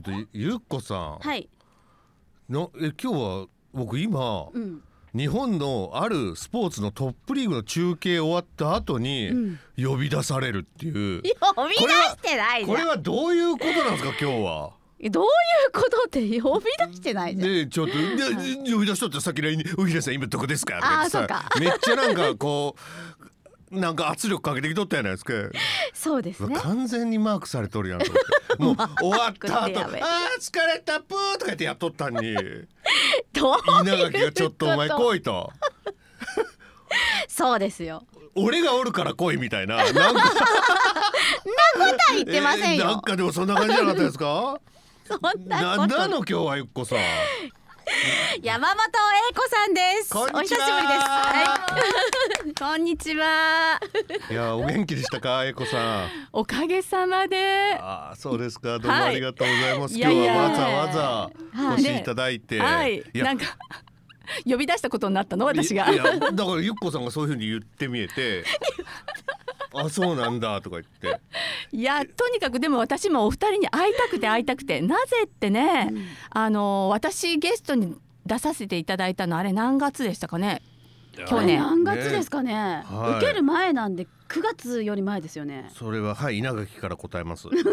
ゆっこさん、 はい。 今日は僕今、日本のあるスポーツのトップリーグの中継終わった後に呼び出されるっていう、 呼び出してないじゃん。 これはどういうことなんですか今日は。 どういうことって呼び出してないじゃん。 でちょっと呼び出しとってさっきにおひらさん今どこですかとか言ってそうかめっちゃなんかこうなんか圧力かけてきとったやないですか。 そうですね。 完全にマークされとるやんと思ってもう終わった後疲マークってれたプーとか言ってやっとったんにどう稲垣がちょっとお前来いとそうですよ。 俺がおるから来いみたいななんかそんなことは言ってませんよ。 なんかでもそんな感じじゃなかったですかそんななんなの今日はゆっこさん。 山本英子さんです。 こんにちはお久しぶりです。はい、こんにちは。 いやお元気でしたか英子さん。 おかげさまで。 あそうですか、どうもありがとうございます。 はい、 今日はわざわざお越しいただいて、 はい、 いやなんか呼び出したことになったの私が。 いやだからゆっこさんがそういう風に言ってみえてあそうなんだとか言って、 いやとにかくでも私もお二人に会いたくてなぜってね、私ゲストに出させていただいたのあれ何月でしたかね。去年何月ですかね、 はい、 受ける前なんで9月より前ですよね。 それははい稲垣から答えますちょ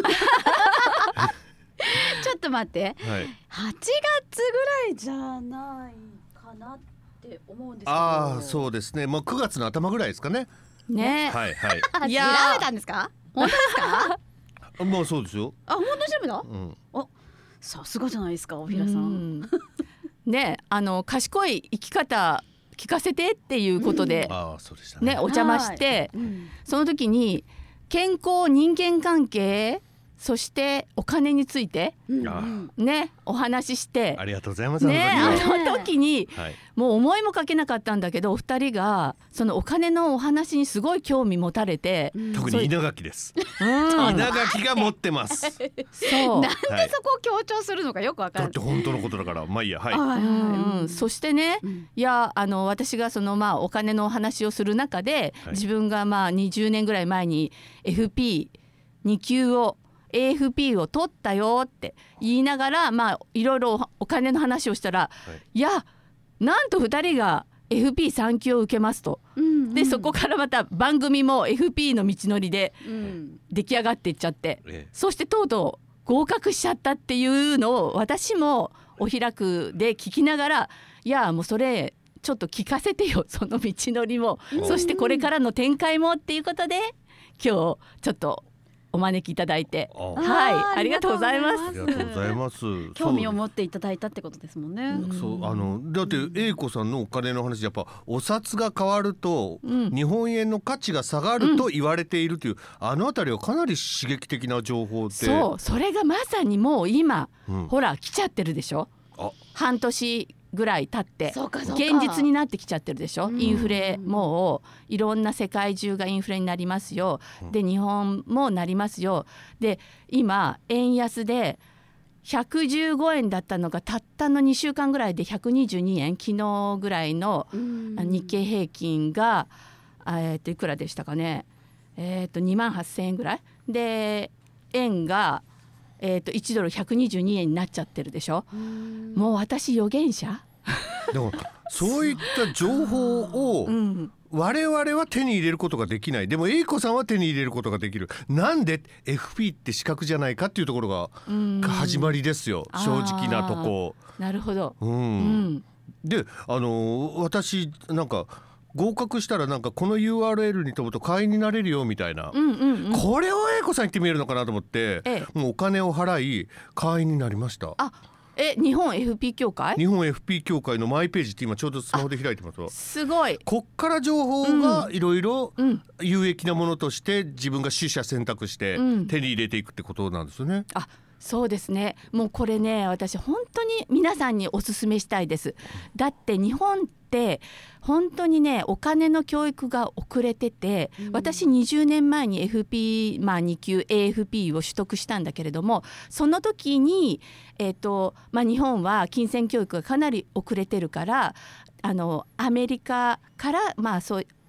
っと待って、 はい、 8月ぐらいじゃないかなって思うんですけど。 ああそうですね、もう9月の頭ぐらいですかね。 ね、 はいはい。 いや調べたんですか。本当ですかまあそうですよ。 あ本当に調べた、 うん、 さすがじゃないですかおひらさん。 ね賢い生き方聞かせてっていうことで、 あそうでしたね、 お邪魔して、その時に健康人間関係そしてお金について、ねお話しして、 ありがとうございますねあの時に、 はい、 もう思いもかけなかったんだけどお二人がそのお金のお話にすごい興味持たれて、 特に稲垣です、稲垣が持ってますそうなんでそこを強調するのかよくわからない。 だって本当のことだからまあいいや、はい、 そしてね、いや私がそのお金のお話をする中で、自分が20年ぐらい前に FP2 級をAFP を取ったよって言いながらいろいろお金の話をしたら、いやなんと2人が FP3 級を受けますと、でそこからまた番組も FP の道のりで出来上がっていっちゃって、そしてとうとう合格しちゃったっていうのを私もお開くで聞きながら、いやもうそれちょっと聞かせてよその道のりも、そしてこれからの展開もっていうことで今日ちょっとお招きいただいて、はい、ありがとうございます。 ありがとうございます。 興味を持っていただいたってことですもんね。 そうだって英子さんのお金の話やっぱお札が変わると、日本円の価値が下がると言われているという、あのあたりはかなり刺激的な情報で、 それがまさにもう今、ほら来ちゃってるでしょ。半年ぐらい経って現実になってきちゃってるでしょ。インフレもういろんな世界中がインフレになりますよ。で日本もなりますよ。で今円安で115円だったのがたったの2週間ぐらいで122円、昨日ぐらいの日経平均がいくらでしたかね、2万8000円ぐらいで円が1ドル122円になっちゃってるでしょ。もう私預言者でもそういった情報を我々は手に入れることができない。でも英子さんは手に入れることができる。なんで FP って資格じゃないかっていうところが始まりですよ、正直なとこ。 なるほど、 で私なんか合格したらなんかこの URL に飛ぶと会員になれるよみたいな、これを英子さん言ってみるのかなと思って、もうお金を払い会員になりました。 日本 FP 協会、 日本 FP 協会のマイページって今ちょうどスマホで開いてますわ。 すごい。 こっから情報がいろいろ有益なものとして自分が取捨選択して手に入れていくってことなんですよね。 そうですね。もうこれね私本当に皆さんにお勧めしたいです。だって日本って本当にねお金の教育が遅れてて、私20年前に FP2 級 AFP を取得したんだけれども、その時に日本は金銭教育がかなり遅れてるからアメリカからそう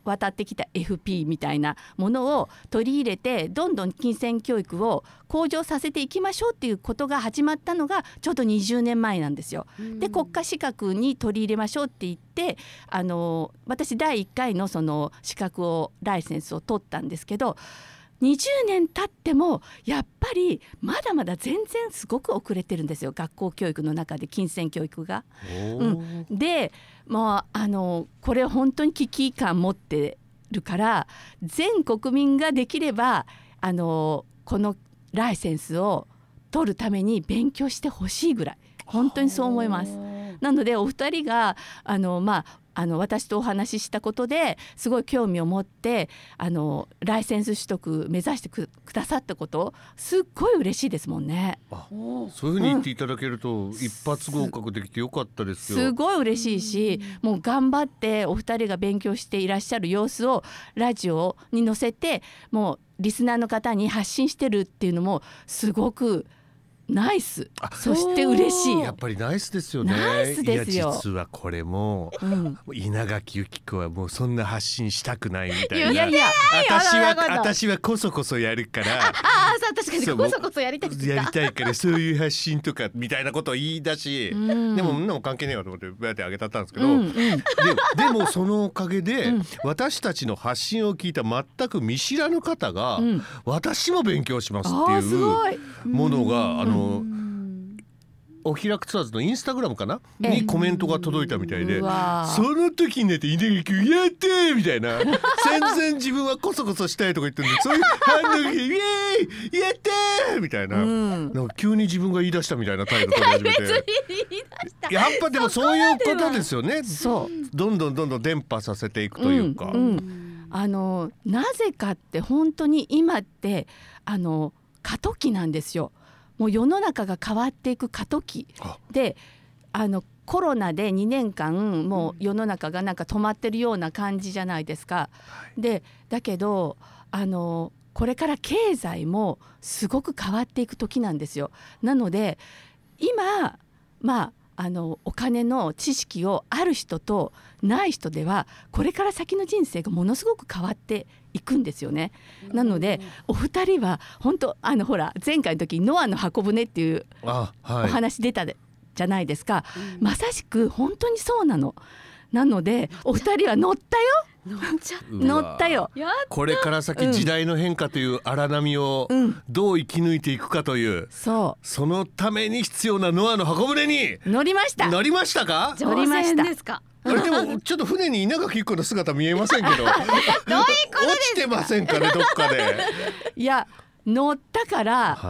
渡ってきた FP みたいなものを取り入れてどんどん金銭教育を向上させていきましょうっていうことが始まったのがちょうど20年前なんですよ。で国家資格に取り入れましょうって言って私第1回のその資格をライセンスを取ったんですけど、20年経ってもやっぱりまだまだ全然すごく遅れてるんですよ、学校教育の中で金銭教育が。でもうこれ本当に危機感持ってるから全国民ができればこのライセンスを取るために勉強してほしいぐらい本当にそう思います。なのでお二人が私とお話ししたことですごい興味を持ってライセンス取得目指してくださったことすっごい嬉しいですもんね。 そういうふうに言っていただけると、一発合格できてよかったですよ。 すごい嬉しいし、もう頑張ってお二人が勉強していらっしゃる様子をラジオに載せてもうリスナーの方に発信してるっていうのもすごくナイス、そして嬉しい。 やっぱりナイスですよね。 ナイスですよ。 いや実はこれも、稲垣由紀子はもうそんな発信したくないみたいな。 いやいや私はこそこそやるからそう確かにこそこそやりたいからそういう発信とかみたいなことを言い出し、でもみんなも関係ねえわと思ってバーってあげたったんですけど、でもそのおかげで、私たちの発信を聞いた全く見知らぬ方が、私も勉強しますっていうものがおひらくツアーズのインスタグラムかなにコメントが届いたみたいで、その時になって稲垣君やってーみたいな全然自分はコソコソしたいとか言ってるんでそういう反応がイエーイやってーみたいな、なんか急に自分が言い出したみたいな態度取り始めてやっぱでもそういうことですよね。どんどん伝播させていくというか、 なぜかって本当に今って過渡期なんですよ。もう世の中が変わっていく過渡期でコロナで2年間もう世の中がなんか止まってるような感じじゃないですか。でだけどこれから経済もすごく変わっていく時なんですよ。なので今お金の知識をある人とない人ではこれから先の人生がものすごく変わっていくんですよね。なのでお二人は本当ほら前回の時ノアの箱舟っていうお話出たじゃないですか、まさしく本当にそうなの。なのでお二人は乗ったよ。乗ったよ。 これから先時代の変化という荒波をどう生き抜いていくかという、そのために必要なノアの箱舟に乗りました。 乗りましたか？ 乗りました。 ですか？ あれでもちょっと船に稲垣由紀子の姿見えませんけどどういうことですか？落ちてませんかねどっかで。 いや乗ったから、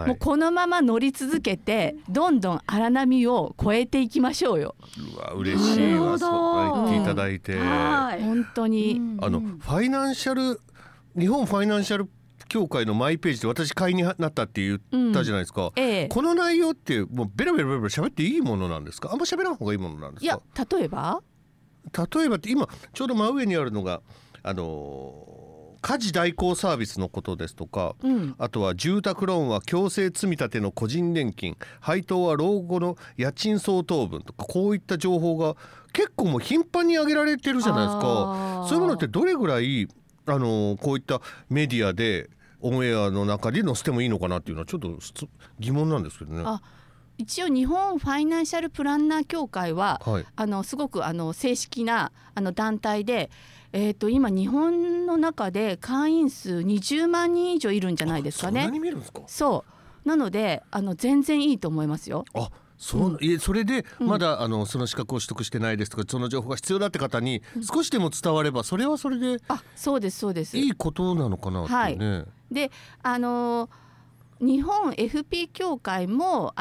もうこのまま乗り続けてどんどん荒波を越えていきましょうよ。 うわ嬉しいわ、そう言っていただいて。 本当にファイナンシャル日本ファイナンシャル協会のマイページで私会員になったって言ったじゃないですか、この内容ってもうベラベラ喋っていいものなんですか？あんま喋らん方がいいものなんですか？ いや例えばって今ちょうど真上にあるのが家事代行サービスのことですとか、あとは住宅ローンは強制積み立ての個人年金、配当は老後の家賃相当分とか、こういった情報が結構もう頻繁に上げられてるじゃないですか。そういうものってどれぐらいこういったメディアでオンエアの中で載せてもいいのかなっていうのはちょっと疑問なんですけどね。 一応日本ファイナンシャルプランナー協会は、すごく正式な団体で、今日本の中で会員数20万人以上いるんじゃないですかね。 そんなに見るんですか？ そうなので全然いいと思いますよ。 それでまだその資格を取得してないですとか、その情報が必要だって方に少しでも伝わればそれはそれでそうですいいことなのかなっていうね。 で日本 FP 協会も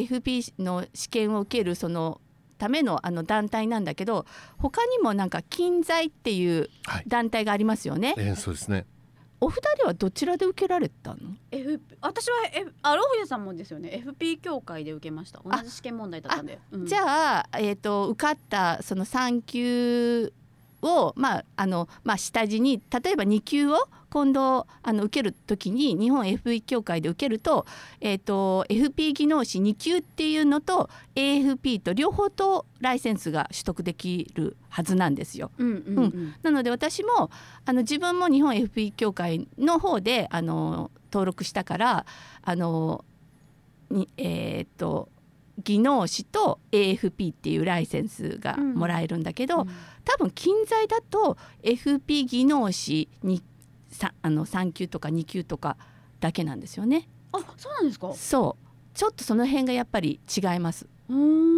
FP の試験を受けるそのための団体なんだけど、他にもなんか金財っていう団体がありますよね。 そうですね。 お二人はどちらで受けられたの？ 私はロフヤさんもですよね。 FP 協会で受けました。同じ試験問題だったんで。 じゃあ受かったその3級を、下地に例えば2級を今度受けるときに日本 FP 協会で受けると、FP 技能士2級っていうのと AFP と両方とライセンスが取得できるはずなんですよ。なので私も自分も日本 FP 協会の方で登録したから技能士と AFP っていうライセンスがもらえるんだけど、多分近在だと FP 技能士に3級とか2級とかだけなんですよね。 あ、そうなんですか。 そうちょっとその辺がやっぱり違います。 これ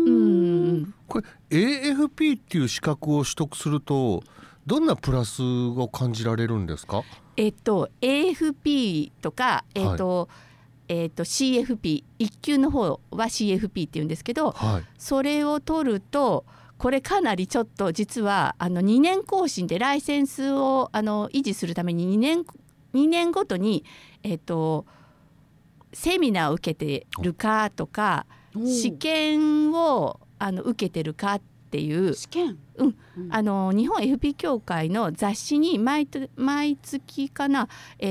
AFP っていう資格を取得するとどんなプラスを感じられるんですか ？AFP とか、CFP 1級の方は CFP っていうんですけど、それを取るとこれかなりちょっと実は2年更新でライセンスを維持するために2年ごとに、セミナーを受けてるかとか試験を受けてるかっていう試験、 日本 FP 協会の雑誌に毎月かな、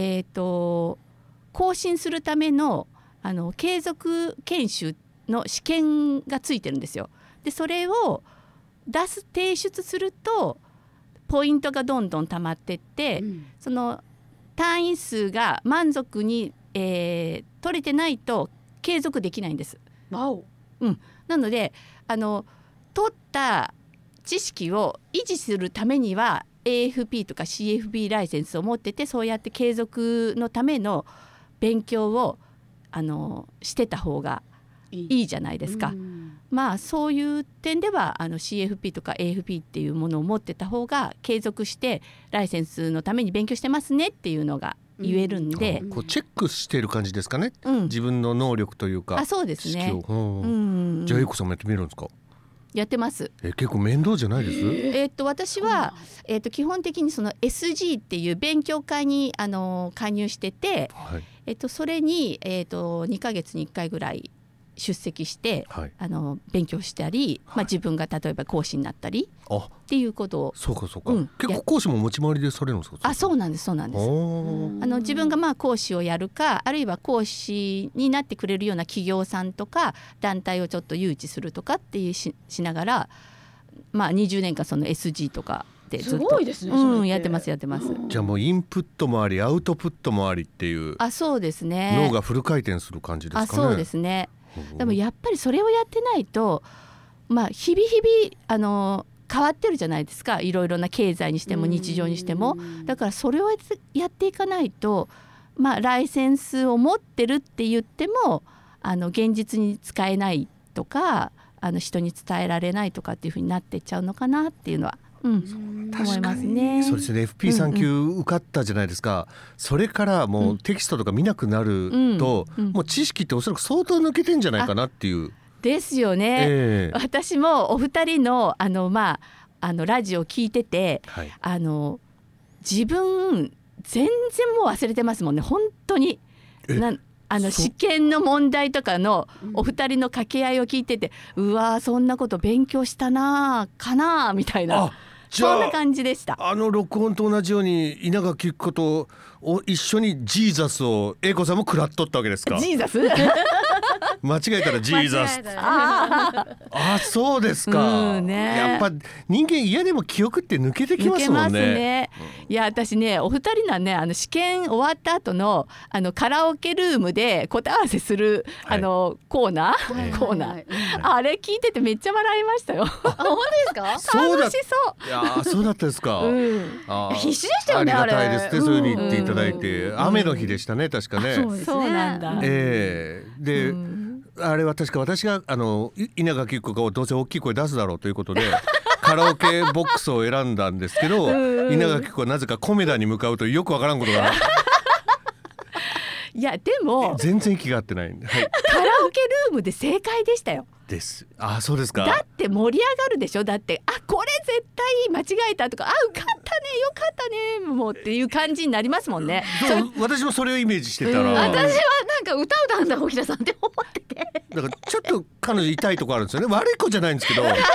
更新するための継続研修の試験がついてるんですよ。でそれを提出するとポイントがどんどん溜まってって、その単位数が満足に、取れてないと継続できないんです。なので取った知識を維持するためには AFP とか CFP ライセンスを持ってて、そうやって継続のための勉強をしてた方がいいじゃないですか。そういう点ではCFP とか AFP っていうものを持ってた方が継続してライセンスのために勉強してますねっていうのが言えるんで、 こうチェックしてる感じですかね、自分の能力というか。 そうですね。 じゃあ英子さんもやってみるんですか？ やってます。 結構面倒じゃないです？ 私は、基本的にその SG っていう勉強会に加入してて、それに、2ヶ月に1回ぐらい出席して、勉強したり、自分が例えば講師になったりっていうことを。 そうか、結構講師も持ち回りでされるんですか？ そうなんです。自分が講師をやるか、あるいは講師になってくれるような企業さんとか団体をちょっと誘致するとかっていう しながら、20年間その SG とかでずっとすごいですね、 やってます。じゃあもうインプットもありアウトプットもありっていう。 そうですね。 脳がフル回転する感じですかね。 そうですね。でもやっぱりそれをやってないと、日々変わってるじゃないですか。いろいろな経済にしても日常にしても。だからそれをやっていかないと、ライセンスを持ってるって言っても現実に使えないとか人に伝えられないとかっていう風になってっちゃうのかなっていうのは思いますね。 そうですね。 FP3 級受かったじゃないですか。それからもうテキストとか見なくなると、もう知識っておそらく相当抜けてんじゃないかなっていう。ですよね。私もお二人のラジオ聞いてて、自分全然もう忘れてますもんね。本当に試験の問題とかのお二人の掛け合いを聞いてて、うわそんなこと勉強したなかなみたいな、そんな感じでした。 録音と同じように稲垣由紀子と一緒にジーザスを英子さんも食らっとったわけですか？ ジーザス間違えたらジーザス。そうですか、やっぱ人間嫌でも記憶って抜けてきますもんね。 いや私ね、お二人のね試験終わった後のカラオケルームで答え合わせするコーナー、あれ聞いててめっちゃ笑いましたよ。 本当ですか？ 楽しそう。 いやそうだったですか。 必死でしたよね。 ありがたいですね、そういう風に言っていただいて。雨の日でしたね、確かね。 そうなんだ。 で、あれは確か私が稲垣由紀子がどうせ大きい声出すだろうということでカラオケボックスを選んだんですけど稲垣由紀子はなぜかコメダに向かうというよくわからんことがいやでも全然息が合ってないんで、 カラオケルームで正解でしたよ。 です。そうですか。 だって盛り上がるでしょ。だってこれ絶対間違えたとか受かったねよかったねもうっていう感じになりますもんね。 私もそれをイメージしてたら、 私はなんか歌うたんだ沖田さんって思ってて、 だからちょっと彼女痛いとこあるんですよね。悪い子じゃないんですけど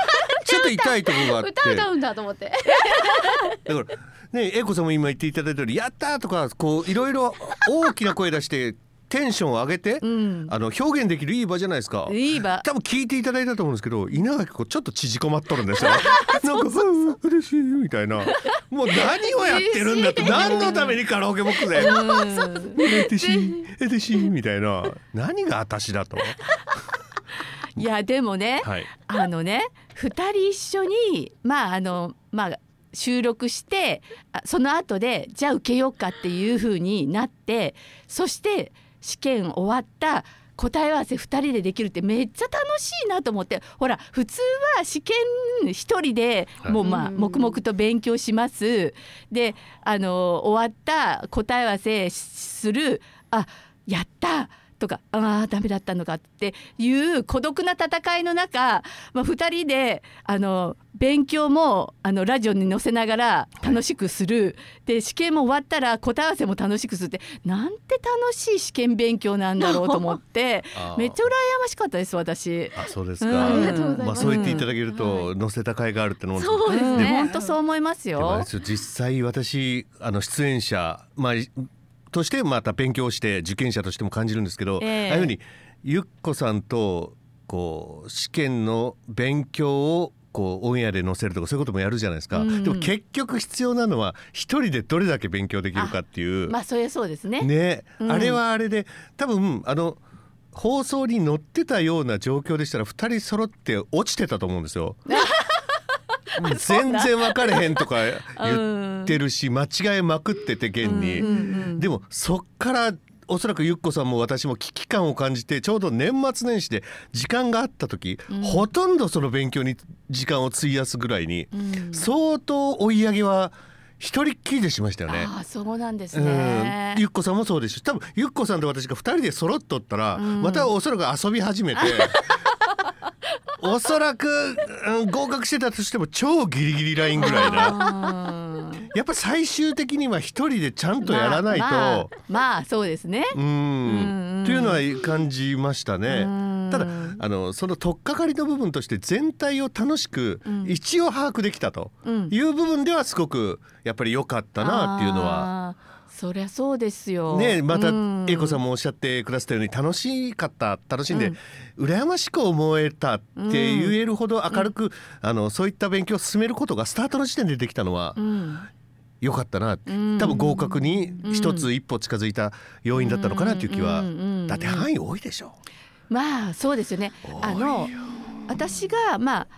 ちょっと痛いところがあって歌うんだと思ってだからね、英子さんも今言っていただいたようにやったーとかこういろいろ大きな声出してテンションを上げて、表現できるいい場じゃないですか。 いい場。 多分聞いていただいたと思うんですけど、稲垣ちょっと縮こまっとるんですよなんか嬉しいみたいな、もう何をやってるんだって何のためにカラオケボックスで嬉しいみたいな、何が私だといやでもね、 はい、 2人一緒に収録して、その後でじゃあ受けようかっていう風になって、そして試験終わった答え合わせ2人でできるってめっちゃ楽しいなと思って。ほら普通は試験1人でもう黙々と勉強します。で終わった答え合わせする、やったとかダメだったのかっていう孤独な戦いの中、2人で勉強もラジオに載せながら楽しくする、で試験も終わったら答え合わせも楽しくするって、なんて楽しい試験勉強なんだろうと思ってめっちゃ羨ましかったです私。 そうですか、 ありがとうございます。 そう言っていただけると載せた甲斐があるってのもそうですね、 本当そう思いますよ。 実際私出演者、としてまた勉強して受験者としても感じるんですけど、ああいうふうにゆっこさんとこう試験の勉強をこうオンエアで載せるとかそういうこともやるじゃないですか、でも結局必要なのは一人でどれだけ勉強できるかっていう、 そりゃそうですね。 あれはあれで多分放送に載ってたような状況でしたら2人揃って落ちてたと思うんですよ全然分かれへんとか言ってるし、間違えまくってて現に、でもそっからおそらくゆっこさんも私も危機感を感じて、ちょうど年末年始で時間があった時、ほとんどその勉強に時間を費やすぐらいに、相当追い上げは一人っきりでしましたよね。 そうなんですね。 ゆっこさんもそうですし、多分ゆっこさんと私が2人で揃っとったら、またおそらく遊び始めておそらく、合格してたとしても超ギリギリラインぐらいなやっぱ最終的には一人でちゃんとやらないと、 そうですねというのは感じましたね。ただその取っかかりの部分として全体を楽しく一応把握できたという部分ではすごくやっぱり良かったなっていうのは。 そりゃそうですよね、また英子さんもおっしゃってくださったように楽しかった、楽しんで、羨ましく思えたって言えるほど明るく、そういった勉強を進めることがスタートの時点でできたのは、良かったな、多分合格に一つ一歩近づいた要因だったのかなという気は、だって範囲多いでしょ。 そうですよね。私が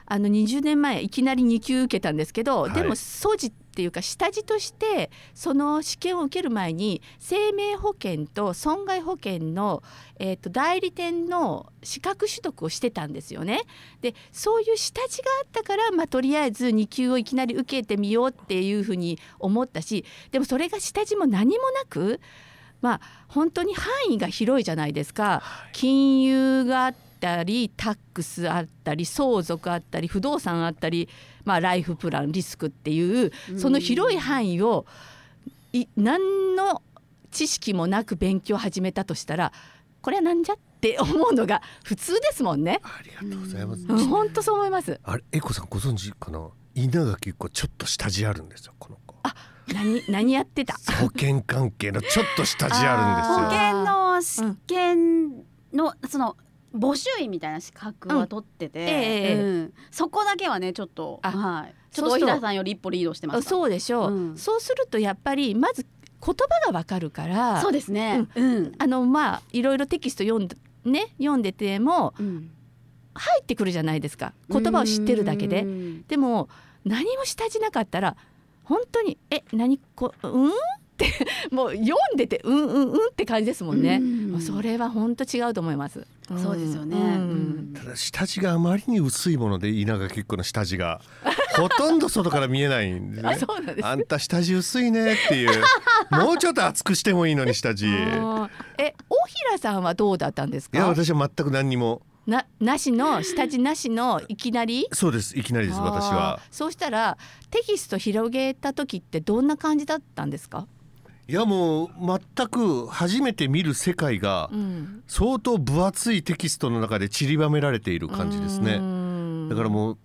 20年前いきなり2級受けたんですけど、でも総じっていうか下地としてその試験を受ける前に生命保険と損害保険の、代理店の資格取得をしてたんですよね。でそういう下地があったから、とりあえず2級をいきなり受けてみようっていうふうに思ったし、でもそれが下地も何もなく、本当に範囲が広いじゃないですか。金融があったりタックスあったり相続あったり不動産あったり、ライフプランリスクっていうその広い範囲を何の知識もなく勉強を始めたとしたら、これはなんじゃって思うのが普通ですもんね。 ありがとうございます。 本当そう思います。 英子さんご存知かな、稲垣子ちょっと下地あるんですよ、この子。 何やってた保険関係のちょっと下地あるんですよ。 保険の試験のその募集員みたいな資格は取ってて、そこだけはねちょっとちょっと大平さんより一歩リードしてました。 そうでしょう、そうするとやっぱりまず言葉がわかるから、 そうですね、 いろいろテキスト読んでても、入ってくるじゃないですか、言葉を知ってるだけで。でも何も下地なかったら本当に何ってもう読んでてって感じですもんね。それは本当違うと思います。 そうですよね。 ただ下地があまりに薄いもので、稲垣子の下地がほとんど外から見えないんでねそうなんです。 あんた下地薄いねっていうもうちょっと厚くしてもいいのに下地。 大平さんはどうだったんですか。 いや私は全く何にもなしの下地なしのいきなり。 そうです、いきなりです。私はそうしたらテキスト広げた時ってどんな感じだったんですか。 いやもう全く初めて見る世界が相当分厚いテキストの中で散りばめられている感じですね。だからもう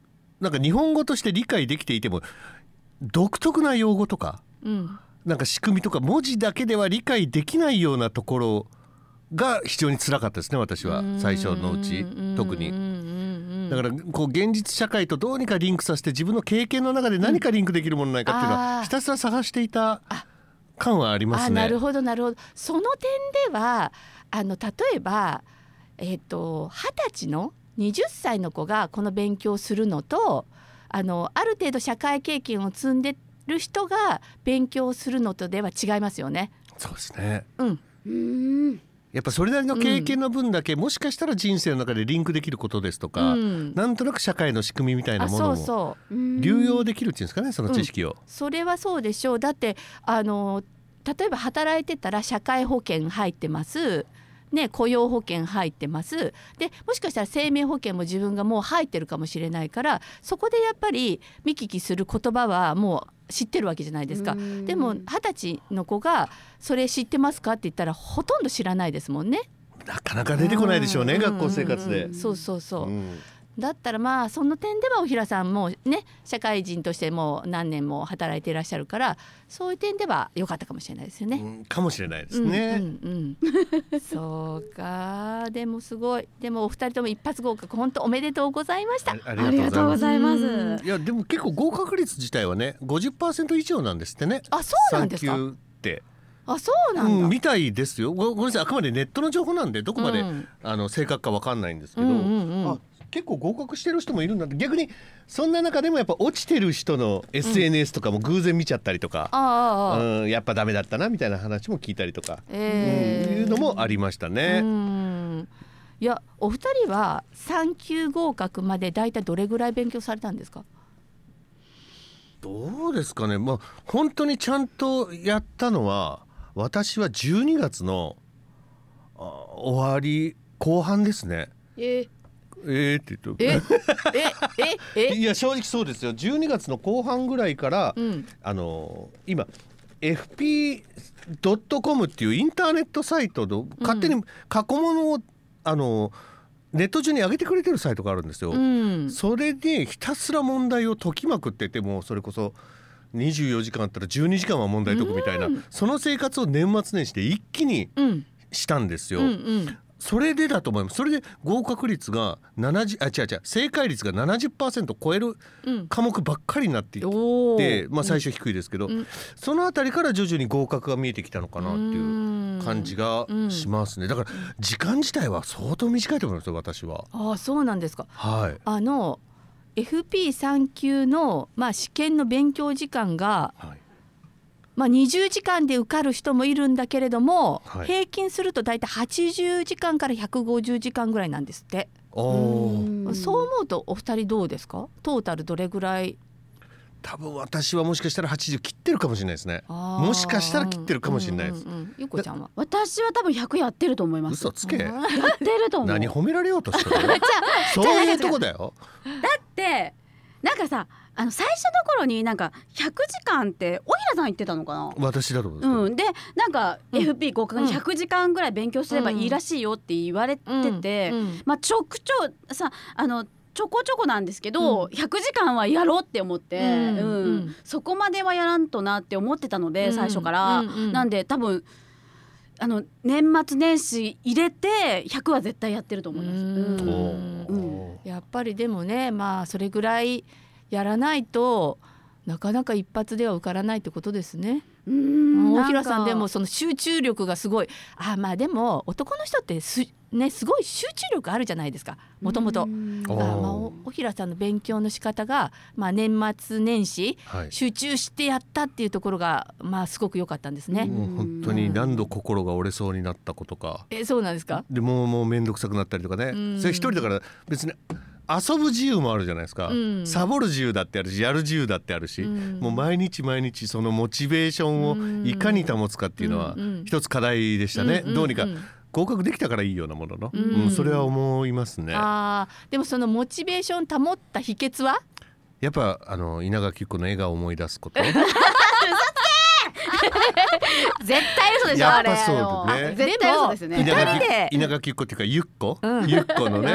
なんか日本語として理解できていても独特な用語とか、なんか仕組みとか文字だけでは理解できないようなところが非常に辛かったですね、私は最初のうち特に。だからこう現実社会とどうにかリンクさせて自分の経験の中で何かリンクできるものないかっていうのはひたすら探していた感はありますね。 なるほどなるほど。その点では例えば、20歳の20歳の子がこの勉強をするのとある程度社会経験を積んでる人が勉強するのとでは違いますよね。 そうですね、 うんやっぱそれなりの経験の分だけ、もしかしたら人生の中でリンクできることですとか、なんとなく社会の仕組みみたいなものも流用できるっていうんですかね、その知識を。 それはそうでしょう。だって例えば働いてたら社会保険入ってますね、雇用保険入ってますで、もしかしたら生命保険も自分がもう入ってるかもしれないから、そこでやっぱり見聞きする言葉はもう知ってるわけじゃないですか。でも20歳の子がそれ知ってますかって言ったらほとんど知らないですもんね。 なかなか出てこないでしょうね、学校生活で。 そうそうそう、だったらまあその点ではおひらさんもね社会人としてもう何年も働いていらっしゃるから、そういう点では良かったかもしれないですよね。 かもしれないですね。 そうか。でもすごい。でもお二人とも一発合格本当おめでとうございました。 ありがとうございます。 いやでも結構合格率自体はね 50% 以上なんですってね。 あ、そうなんですか。 3級ってあ、そうなんだ、 みたいですよ。ごめんなさい、あくまでネットの情報なんでどこまで、正確か分かんないんですけど、結構合格してる人もいるんだって。逆にそんな中でもやっぱ落ちてる人の SNS とかも偶然見ちゃったりとか、やっぱダメだったなみたいな話も聞いたりとか、いうのもありましたね。 いや、お二人は3級合格までだいたいどれぐらい勉強されたんですか？ どうですかね、まあ、本当にちゃんとやったのは私は12月の終わり後半ですね。って言うといや正直そうですよ。12月の後半ぐらいから、今 fp.com っていうインターネットサイトの勝手に過去問をネット上に上げてくれてるサイトがあるんですよ。それでひたすら問題を解きまくってて、もそれこそ24時間あったら12時間は問題解くみたいな、その生活を年末年始で一気にしたんですよ。それでだと思います。それで合格率が正解率が 70% 超える科目ばっかりになっていって、最初低いですけど、そのあたりから徐々に合格が見えてきたのかなっていう感じがしますね。だから時間自体は相当短いと思いますよ、私は。 あ、そうなんですか。 はい。 FP3 級の、試験の勉強時間が、20時間で受かる人もいるんだけれども、平均するとだいたい80時間から150時間ぐらいなんですって。そう思うとお二人どうですか？トータルどれぐらい？ 多分私はもしかしたら80切ってるかもしれないですね。もしかしたら切ってるかもしれないです。 ゆこちゃんは？ 私は多分100やってると思います。 嘘つけ。 やってると思う。 何褒められようとしてるそういうとこだよ。 だってなんかさ、最初の頃になんか100時間っておひらさん言ってたのかな。 私だと思うんですけど、でなんか FP 合格に100時間ぐらい勉強すればいいらしいよって言われてて、ちょこちょこなんですけど、100時間はやろうって思って、そこまではやらんとなって思ってたので、最初から、なんで多分年末年始入れて100は絶対やってると思います。 やっぱりでもね、それぐらいやらないとなかなか一発では受からないってことですね。大平さんでもその集中力がすごい。でも男の人ってすごい集中力あるじゃないですか、もともと。大平さんの勉強の仕方が、年末年始、集中してやったっていうところが、すごく良かったんですね。 もう本当に何度心が折れそうになったことか。 そうなんですか。 でもう面倒くさくなったりとかね。それ一人だから別に遊ぶ自由もあるじゃないですか。サボる自由だってあるし、やる自由だってあるし、もう毎日毎日そのモチベーションをいかに保つかっていうのは一つ課題でしたね。どうにか合格できたからいいようなものの、それは思いますね。 でもそのモチベーション保った秘訣はやっぱ稲垣子の笑顔を思い出すこと。 絶対嘘でしょやあれ。 っぱそうだね絶対嘘ですよね。 でも二人で稲垣ゆっこっていうかゆっこ、 うんゆっこのね、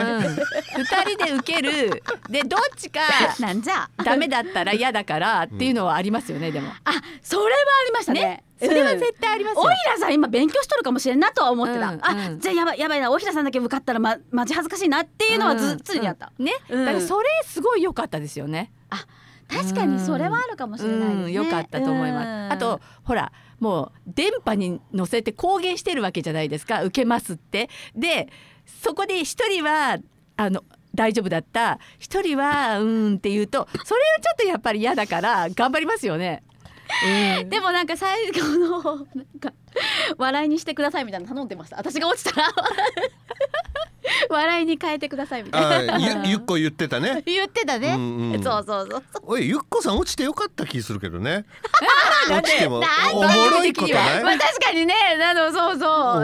2人で受けるでどっちかなんじゃ。 ダメだったら嫌だからっていうのはありますよね。でもあ、それはありましたね。 それは絶対ありますよ。 大平さん今勉強しとるかもしれんなとは思ってた。 うんあ、じゃあやばいな、大平さんだけ受かったらマジ恥ずかしいなっていうのは常にあった。 ね、 うんだからそれすごい良かったですよね。 確かにそれはあるかもしれないですね。 良かったと思います。あとほらもう電波に乗せて公言してるわけじゃないですか、受けますって。でそこで一人は大丈夫だった、一人はって言うとそれはちょっとやっぱり嫌だから頑張りますよね。 でもなんか最後のなんか笑いにしてくださいみたいなの頼んでました。私が落ちたら笑いに変えてくださいみたいな。 ゆっこ言ってたね。 言ってたね。そうそうそう。 おいゆっこさん落ちてよかった気するけどね。 なんで落ちてもおもろいことない。 まあ確かにね、そうそう、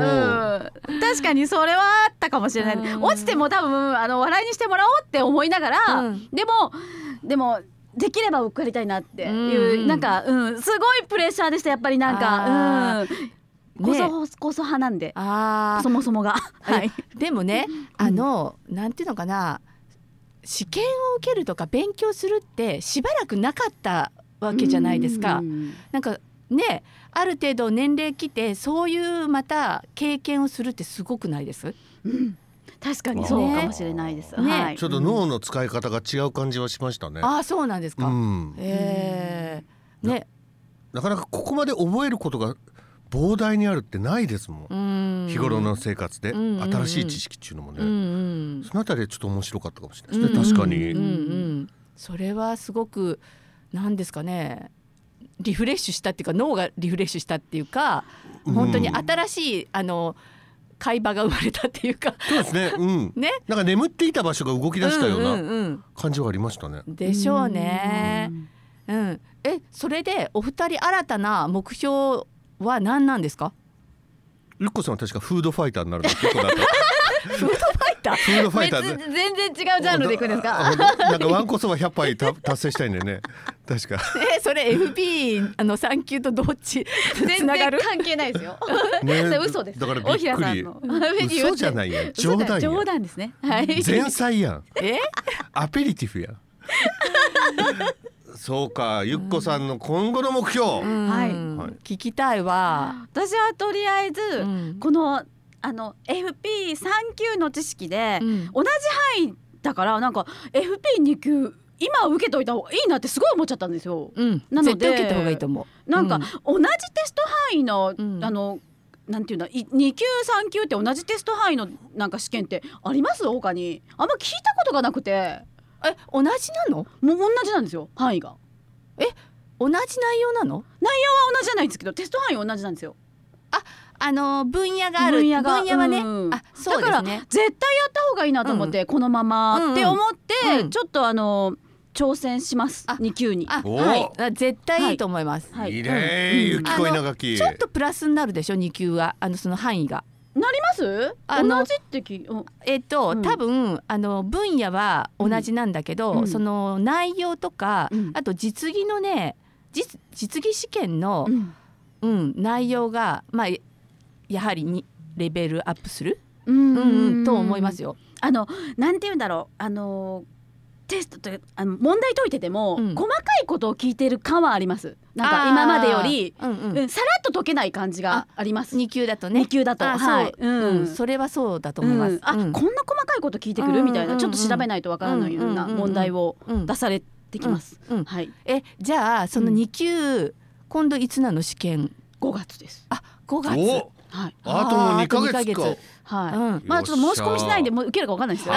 確かにそれはあったかもしれない。落ちても多分笑いにしてもらおうって思いながら、でもできれば受かりたいなっていう、なんかすごいプレッシャーでした。やっぱりなんかこそ派なんで、そもそもが。はい。 でもね、なんていうのかな、試験を受けるとか勉強するってしばらくなかったわけじゃないですか。なんかね、ある程度年齢来てそういうまた経験をするってすごくないです？ 確かにそうかもしれないです。 ね、ちょっと脳の使い方が違う感じはしましたね。 あ、そうなんですか。ね、 なかなかここまで覚えることが膨大にあるってないですもん。日頃の生活で新しい知識っていうのもね、そのあたりでちょっと面白かったかもしれないですね。確かに、 それはすごくなんですかね、リフレッシュしたっていうか、脳がリフレッシュしたっていうか、本当に新しい会話が生まれたっていうか、 そうですね。ね、なんか眠っていた場所が動き出したような感じはありましたね。 でしょうね。それでお二人新たな目標は何なんですか？ ゆっこさんは確かフードファイターになるんですけど、フードファイター？ フードファイター全然違うジャンルでいくんですか？ なんかワンコそば100杯達成したいんだよね。確か。 それ FP 3級とどっちつながる？ 全然関係ないですよ。そね、 れ嘘です。 だからびっくり。嘘じゃないやん。冗談やん。 冗談ですね。はい。 前菜やん。アペリティフやん。そうか、ゆっこさんの今後の目標、 聞きたいわ。 私はとりあえず、このFP3 級の知識で、同じ範囲だからなんか FP2 級今受けといた方がいいなってすごい思っちゃったんですよ。なので絶対受けた方がいいと思う。 なんか同じテスト範囲の、なんていうんだ、2級3級って同じテスト範囲のなんか試験ってあります？他にあんま聞いたことがなくて。 同じなの？ もう同じなんですよ、範囲が。 同じ内容なの？ 内容は同じじゃないんですけど、テスト範囲は同じなんですよ。 分野がある。分野はね。そうですね。だから絶対やった方がいいなと思って、このままって思って、ちょっと挑戦します。2級に。 絶対いいと思います。 いいね、ゆきこ稲垣。 ちょっとプラスになるでしょ、2級は。その範囲がなります？同じって多分分野は同じなんだけど、その内容とか、あと実技のね、実技試験の内容がやはりにレベルアップすると思いますよ。 なんて言うんだろう、テストと問題解いてても、細かいことを聞いてる感はあります。なんか今までよりさらっと解けない感じがあります。 2級だとね。 2級だと、 それはそうだと思います。 こんな細かいこと聞いてくるみたいな、ちょっと調べないとわからないような問題を出されてきます。 じゃあその2級今度いつなの試験 ？5月です。 5月。 あともう2ヶ月か。 まあちょっと申し込みしないんでもう受けるかわかんないですよ。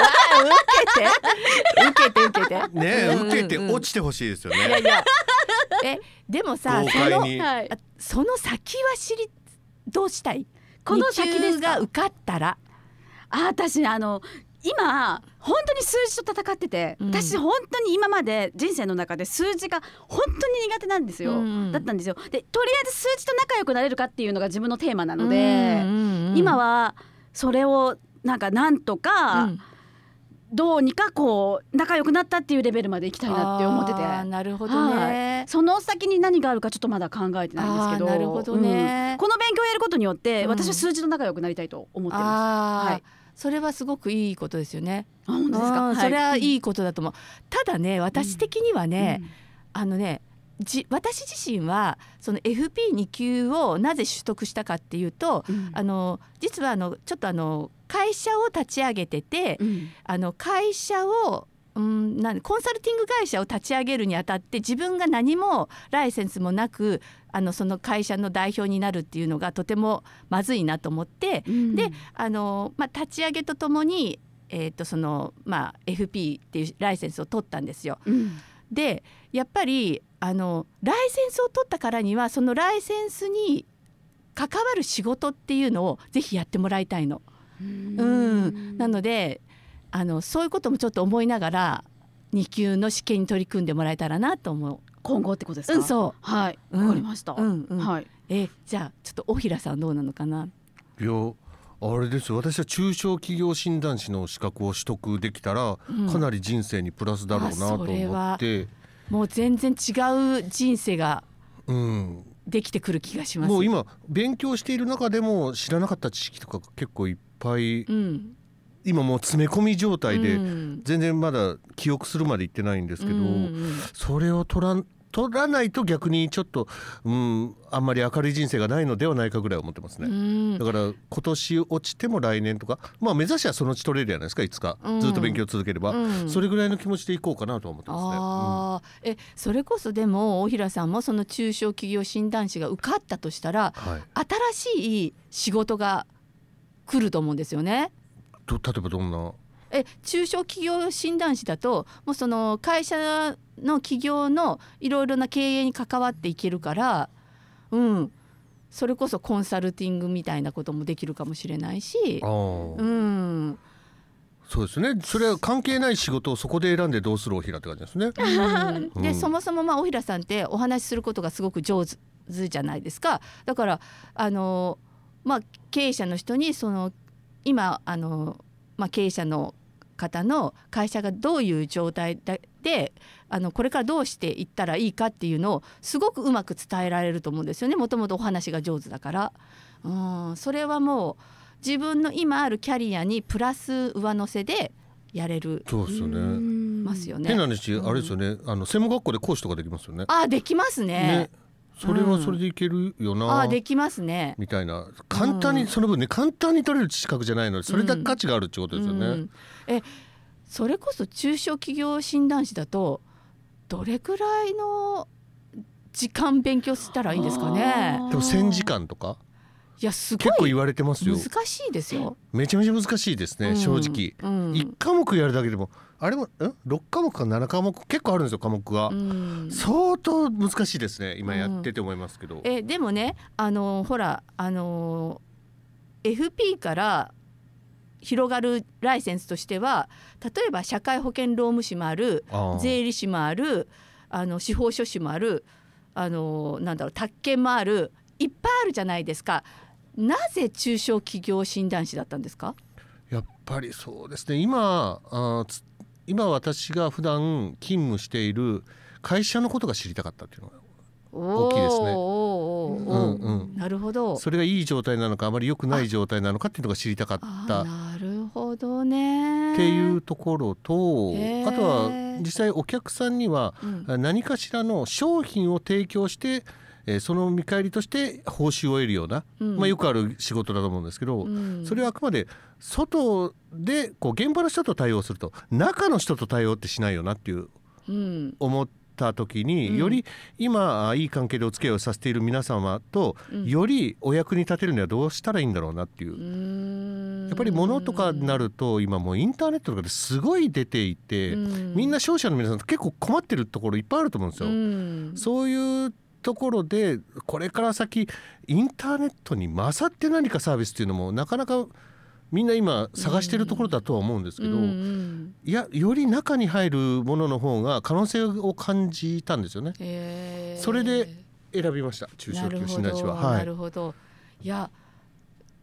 受けてね、受けて落ちてほしいですよね。 でもさ、その先はどうしたい？ この先ですか？ が受かったら。 私今本当に数字と戦ってて、私本当に今まで人生の中で数字が本当に苦手なんですよ、だったんですよ。でとりあえず数字と仲良くなれるかっていうのが自分のテーマなので、今はそれをなんとかどうにかこう仲良くなったっていうレベルまで行きたいなって思ってて。 なるほどね、 はい、その先に何があるかちょっとまだ考えてないんですけど。 なるほどね、 この勉強をやることによって、私は数字と仲良くなりたいと思ってます。はい、 それはすごくいいことですよね。 本当ですか。 それはいいことだと思う。ただね、私的にはね、私自身はその FP2 級をなぜ取得したかっていうと、実はちょっと会社を立ち上げてて、会社をコンサルティング会社を立ち上げるにあたって、自分が何もライセンスもなくその会社の代表になるっていうのがとてもまずいなと思って、で立ち上げとともに、FP っていうライセンスを取ったんですよ。でやっぱりライセンスを取ったからには、そのライセンスに関わる仕事っていうのをぜひやってもらいたいの。なのでそういうこともちょっと思いながら2級の試験に取り組んでもらえたらなと思う。 今後ってことですか。 そう、 はい、わかりました。はい、 じゃあちょっと大平さんどうなのかな。 いやあれですよ、私は中小企業診断士の資格を取得できたら、かなり人生にプラスだろうなと思って、 もう全然違う人生ができてくる気がします。 もう今勉強している中でも知らなかった知識とか結構いっぱい、今もう詰め込み状態で、全然まだ記憶するまでいってないんですけど、それを取らないと逆にちょっと、あんまり明るい人生がないのではないかぐらい思ってますね。だから今年落ちても来年とか、目指しはそのうち取れるじゃないですか、いつか、ずっと勉強続ければ、それぐらいの気持ちでいこうかなと思ってますね。 それこそでも大平さんもその中小企業診断士が受かったとしたら、新しい仕事が来ると思うんですよね。 例えばどんな？ 中小企業診断士だと、もうその会社の企業のいろいろな経営に関わっていけるから、それこそコンサルティングみたいなこともできるかもしれないし、 そうですね。それは関係ない仕事をそこで選んでどうする大平って感じですね。 でそもそも大平さんってお話しすることがすごく上手じゃないですか。だから経営者の人に今経営者の方の会社がどういう状態でこれからどうしていったらいいかっていうのをすごくうまく伝えられると思うんですよね。もともとお話が上手だから、それはもう自分の今あるキャリアにプラス上乗せでやれる。 そうですよね。 ますよね。 変な話、あれですよね。専門学校で講師とかできますよね。 できますね。 それはそれでいけるよな、 できますねみたいな。簡単に、その分ね、簡単に取れる資格じゃないので、それだけ価値があるってことですよね。 それこそ中小企業診断士だとどれくらいの時間勉強したらいいんですかね。 でも1000時間とか、 いやすごい結構言われてますよ。 難しいですよ。 めちゃめちゃ難しいですね、正直。1科目やるだけでもあれも6科目か7科目結構あるんですよ、科目が。相当難しいですね、今やってて思いますけど。 でもね、ほらFP から広がるライセンスとしては、例えば社会保険労務士もある、税理士もある、司法書士もある、宅建もある、いっぱいあるじゃないですか。なぜ中小企業診断士だったんですか？ やっぱりそうですね、今私が普段勤務している会社のことが知りたかったっていうのが大きいですね。 なるほど。 それがいい状態なのかあまり良くない状態なのかっていうのが知りたかった。 なるほどね。 っていうところと、あとは実際お客さんには何かしらの商品を提供して、その見返りとして報酬を得るような、よくある仕事だと思うんですけど、それはあくまで外で現場の人と対応すると、中の人と対応ってしないよなっていう、思った時に、より今いい関係でお付き合いをさせている皆様と、よりお役に立てるにはどうしたらいいんだろうなっていう。やっぱり物とかになると今もうインターネットとかですごい出ていて、みんな商社の皆さん結構困ってるところいっぱいあると思うんですよ。そういうところでこれから先インターネットに勝って何かサービスっていうのもなかなかみんな今探してるところだとは思うんですけど、いやより中に入るものの方が可能性を感じたんですよね。それで選びました、中小企業診断士は。 なるほど。いや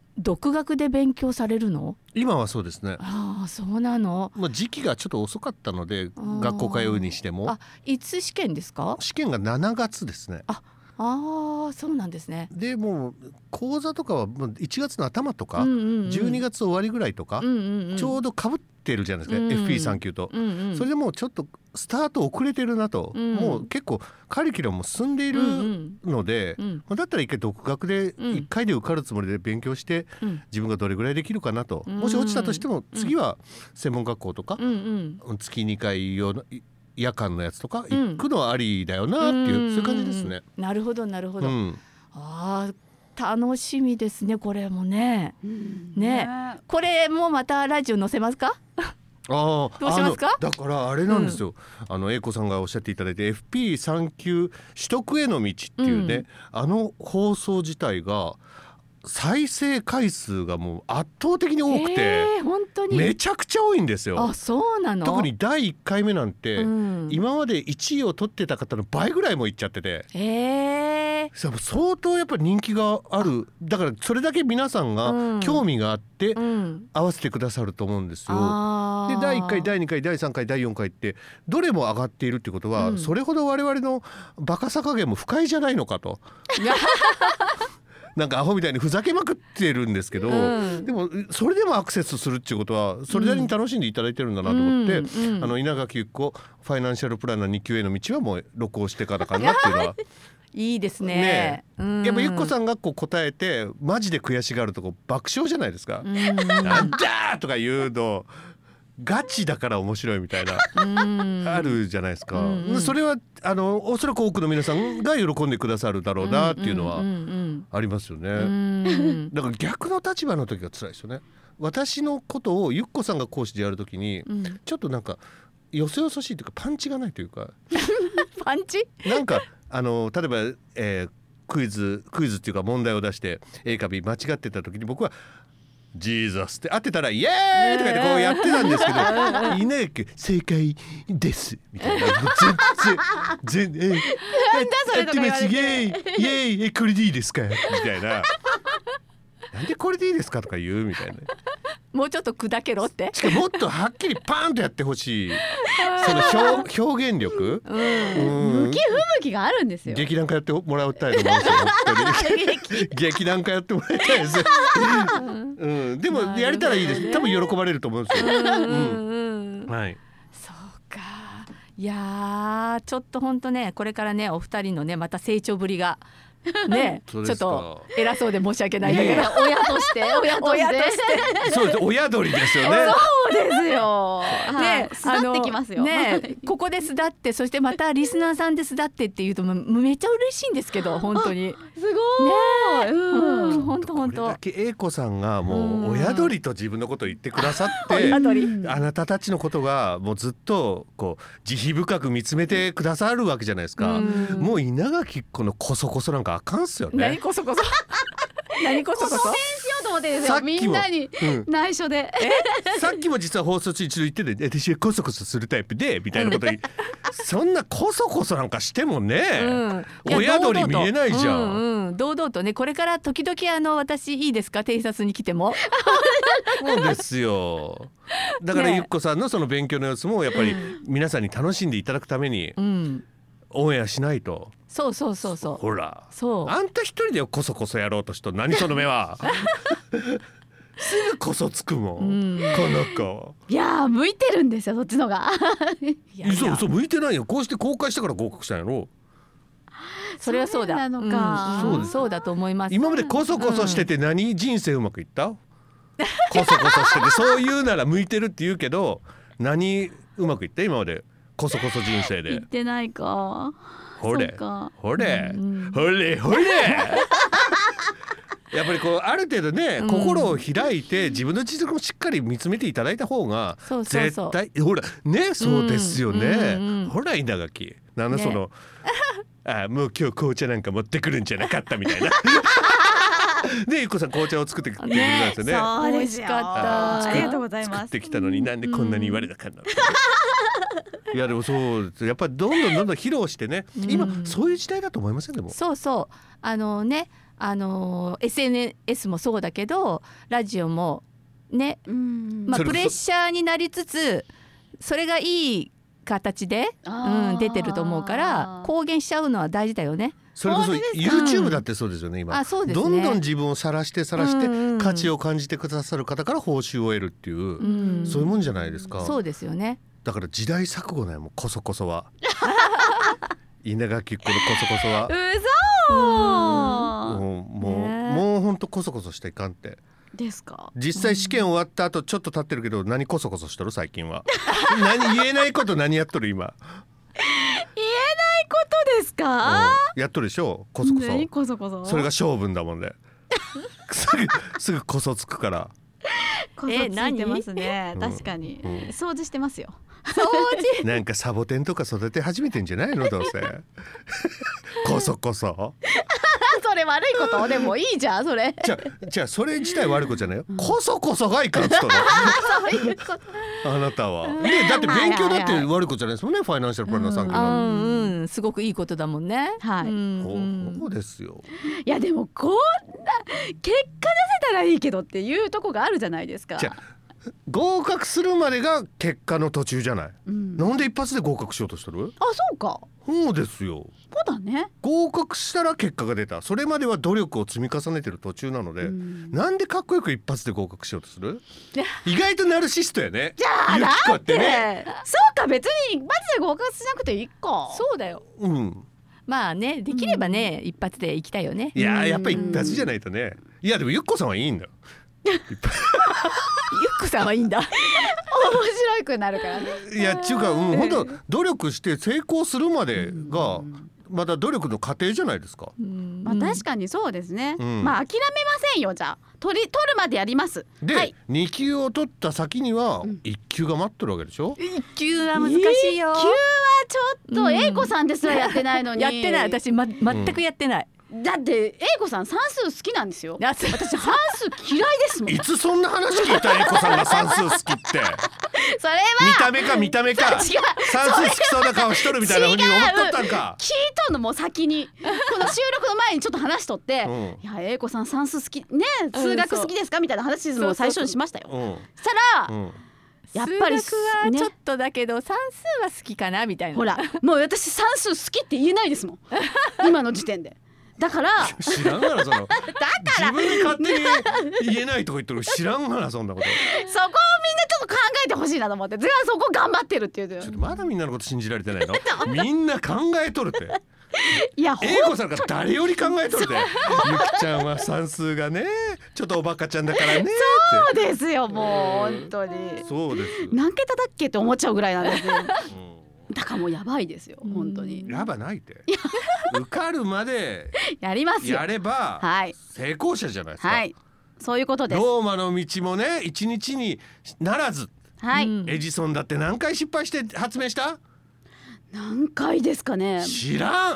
独学で勉強されるの？ 今はそうですね。 ああ、そうなの。 時期がちょっと遅かったので学校通うにしても。 いつ試験ですか？ 試験が7月ですね。 そうなんですね。 でもう講座とかは1月の頭とか、12月終わりぐらいとか、ちょうど被ってるじゃないですか、FP3 級と、それでもうちょっとスタート遅れてるなと、もう結構カリキュラムも進んでいるので、だったら一回独学で1回で受かるつもりで勉強して、自分がどれぐらいできるかなと、もし落ちたとしても次は専門学校とか、月2回夜間のやつとか行くのはありだよなっていう、そういう感じですね。 なるほどなるほど。楽しみですね、これもね。これもまたラジオ載せますか？どうしますか？ だからあれなんですよ、英子さんがおっしゃっていただいて FP3 級取得への道っていうね、放送自体が再生回数がもう圧倒的に多くて、 本当にめちゃくちゃ多いんですよ。 そうなの？ 特に第1回目なんて、今まで1位を取ってた方の倍ぐらいもいっちゃってて、相当やっぱり人気がある。だからそれだけ皆さんが興味があって合わせてくださると思うんですよ。で第1回第2回第3回第4回ってどれも上がっているってことは、それほど我々のバカさ加減も不快じゃないのかとなんかアホみたいにふざけまくってるんですけど、でもそれでもアクセスするっていうことはそれなりに楽しんでいただいてるんだなと思って、稲垣由紀子ファイナンシャルプランナー2級への道はもう録音してからかなっていうのはいいですね。 やっぱゆっこさんがこう答えてマジで悔しがるとこ爆笑じゃないですか。なんだとか言うのガチだから面白いみたいなあるじゃないですか。それはおそらく多くの皆さんが喜んでくださるだろうなっていうのはありますよね。だから逆の立場の時が辛いですよね。私のことをゆっこさんが講師でやる時に、ちょっとなんかよそよそしいというかパンチがないというかパンチなんか例えば、クイズっていうか問題を出して A か B 間違ってた時に僕はジーザスって合ってたらイエーイとかってこうやってたんですけどいないけ正解ですみたいな全然なんだそれとか言われてイエーイこれでいいですかみたいななんでこれでいいですかとか言うみたいなもうちょっと砕けろって。 しかももっとはっきりパーンとやってほしいその表現力、 向き不向きがあるんですよ。 劇団家やってもらいたいと思うんですよ劇団家やってもらいたいですでもやれたらいいです。多分喜ばれると思うんですよ。はい。 そうか。いやちょっと本当ねこれからねお二人のねまた成長ぶりがねちょっと偉そうで申し訳ないんだけど親としてそうです。親鳥ですよね。 そうですよ。 ね巣立ってきますよ。 ねここで巣立ってそしてまたリスナーさんで巣立ってっていうとめっちゃ嬉しいんですけど本当にすごい。 本当これだけ英子さんがもう親鳥と自分のことを言ってくださってあなたたちのことがもうずっとこう慈悲深く見つめてくださるわけじゃないですか。もう稲垣このコソコソなんかあかんっすよね。 何こそこそ何こそこそしようと思ってですよ。みんなに内緒で、 さっきも実は放送中一度言ってて私はコソコソするタイプでみたいなことにそんなコソコソなんかしてもね、親鳥見えないじゃん。 堂々とねこれから時々私いいですか偵察に来てもそうですよ。だからゆっこさんのその勉強の様子もやっぱり皆さんに楽しんでいただくためにオンエアしないと。 そうほらそうあんた一人でコソコソやろうとしと何その目はすぐコソつくもん、この子。 いや向いてるんですよそっちのがそう向いてないよ。こうして公開したから合格したんやろ。 それはそうだ。 そうなのか、 そうだと思います。 今までコソコソしてて何人生うまくいった？コソコソしててそう言うなら向いてるって言うけど何うまくいった今までコソコソ人生で。 言ってないか。 ほれほれやっぱりこうある程度ね、心を開いて自分の実力もしっかり見つめていただいた方が絶対ほらねそうですよね、ほら稲垣なんだその、もう今日紅茶なんか持ってくるんじゃなかったみたいなでゆっこさん紅茶を作ってくれたんですよね。 そうですよ。 美味しかった。 ありがとうございます。 作ってきたのになんでこんなに言われなかったのいやでもそうですやっぱりどんどん披露してね、今そういう時代だと思いませんでも。 そうそうSNS もそうだけどラジオもね、プレッシャーになりつつそれがいい形で、出てると思うから公言しちゃうのは大事だよね。 それこそ YouTube だってそうですよね今。 そうですね、 どんどん自分を晒して価値を感じてくださる方から報酬を得るっていう、そういうもんじゃないですか。 そうですよね。 だから時代錯誤だよもうこそこそは稲垣っ子のこそこそはもうほんとこそこそしていかんってですか。 実際試験終わった後ちょっと経ってるけど何こそこそしとる最近は言えないこと何やっとる今言えないことですか。 やっとるでしょこそこそ。 何こそこそ。 それが性分だもんねすぐこそつくからこそついてますね、確かに、掃除してますよ掃除なんかサボテンとか育て始めてんじゃないのどうせこそこそそれ悪いことでもいいじゃんそれ。 じゃあそれ自体悪いことじゃないよ、こそこそがいかんっつったのそういうことあなたは、ね、だって勉強だって悪いことじゃないですもんね、ファイナンシャルプランナーさんっていうのは、 すごくいいことだもんね。 はい、 そうですよ。 いやでもこんな結果出せたらいいけどっていうとこがあるじゃないですか。 じゃあ合格するまでが結果の途中じゃない、なんで一発で合格しようとしてる。 そうか。 そうですよ。 そうだね。 合格したら結果が出た。それまでは努力を積み重ねてる途中なので、なんでかっこよく一発で合格しようとする。意外とナルシストやね。 じゃあだってね、そうか別に一発で合格しなくていいか。 そうだよ。まあね、できればね、一発で行きたいよね。 いややっぱり一発じゃないとね。いやでもゆっこさんはいいんだよゆっこさんはいいんだ面白くなるからね。 いやっていうか、本当努力して成功するまでがまだ努力の過程じゃないですか。 確かにそうですね、諦めませんよ。じゃあ取るまでやります。 で、2級を取った先には1級が待ってるわけでしょ。 1級は難しいよ。 1級はちょっと英子さんですらやってないのに。 やってない私、全くやってない。 だって英子さん算数好きなんですよ。私算数嫌いですもん。 いつそんな話聞いた英子さんが算数好きってそれは見た目か算数好きそうな顔しとるみたいなふうに思っとったんか。 聞いとんのもう先にこの収録の前にちょっと話しとって、いや英子さん算数好きね、数学好きですかみたいな話も最初にしましたよ。そしたらやっぱり数学はちょっとだけど算数は好きかなみたいな。 ほらもう私算数好きって言えないですもん今の時点で。だから知らんがなその自分で勝手に言えないとか言ってる知らんがなそんなこと。 そこをみんなちょっと考えてほしいなと思って、そこ頑張ってるっていう。 ちょっとまだみんなのこと信じられてないのみんな考えとるっていや英子さんが誰より考えとるってゆきちゃんは算数がねちょっとおバカちゃんだからねって。 そうですよもう本当に。 そうです。 何桁だっけって思っちゃうぐらいなんですよだからもうやばいですよ本当に。 やばないって受かるまでやりますよ。 やれば成功者じゃないですか。 はい、そういうことです。 ローマの道もね一日にならず、エジソンだって何回失敗して発明した？ 何回ですかね。 知らん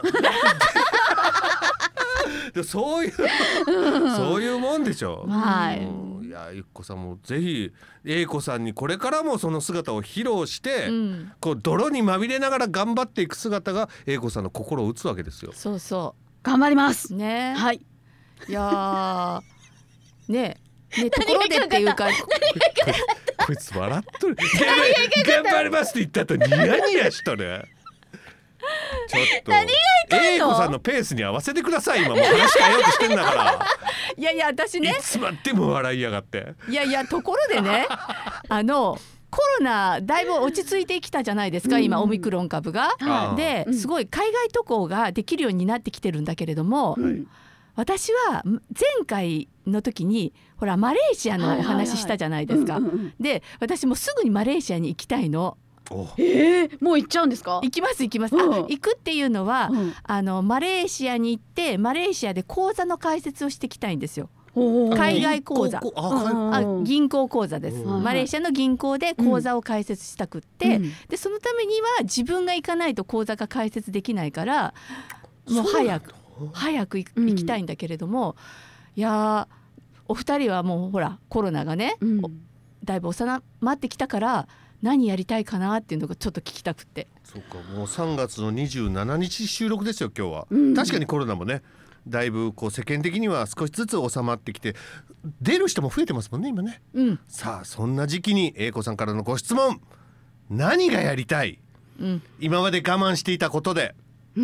でそういうもんでしょ。いやゆっこさんもぜひ英子さんにこれからもその姿を披露して、こう泥にまみれながら頑張っていく姿が英子さんの心を打つわけですよ。 そうそう頑張りますね。 はい。 いやねところでっていうかこいつ笑っとる頑張りますって言った後ニヤニヤしとるちょっと英子さんのペースに合わせてください。今もう話変えようとしてんだからいや私ねいつまでも笑いやがって。 いやところでねコロナだいぶ落ち着いてきたじゃないですか、今オミクロン株が。ですごい海外渡航ができるようになってきてるんだけれども、私は前回の時にほらマレーシアのお話したじゃないですか。で私もすぐにマレーシアに行きたいの。 もう行っちゃうんですか？ 行きます。行くっていうのは、マレーシアに行ってマレーシアで口座の開設をしてきたいんですよ。海外口座、銀行口座です。マレーシアの銀行で口座を開設したくって、でそのためには自分が行かないと口座が開設できないからもう早く行きたいんだけれども、いやお二人はもうほらコロナがね、だいぶ収まってきたから何やりたいかなっていうのがちょっと聞きたくて。 そうか、もう3月の27日収録ですよ今日は、確かにコロナもねだいぶこう世間的には少しずつ収まってきて出る人も増えてますもんね今ね、さあそんな時期に英子さんからのご質問、何がやりたい、今まで我慢していたことで。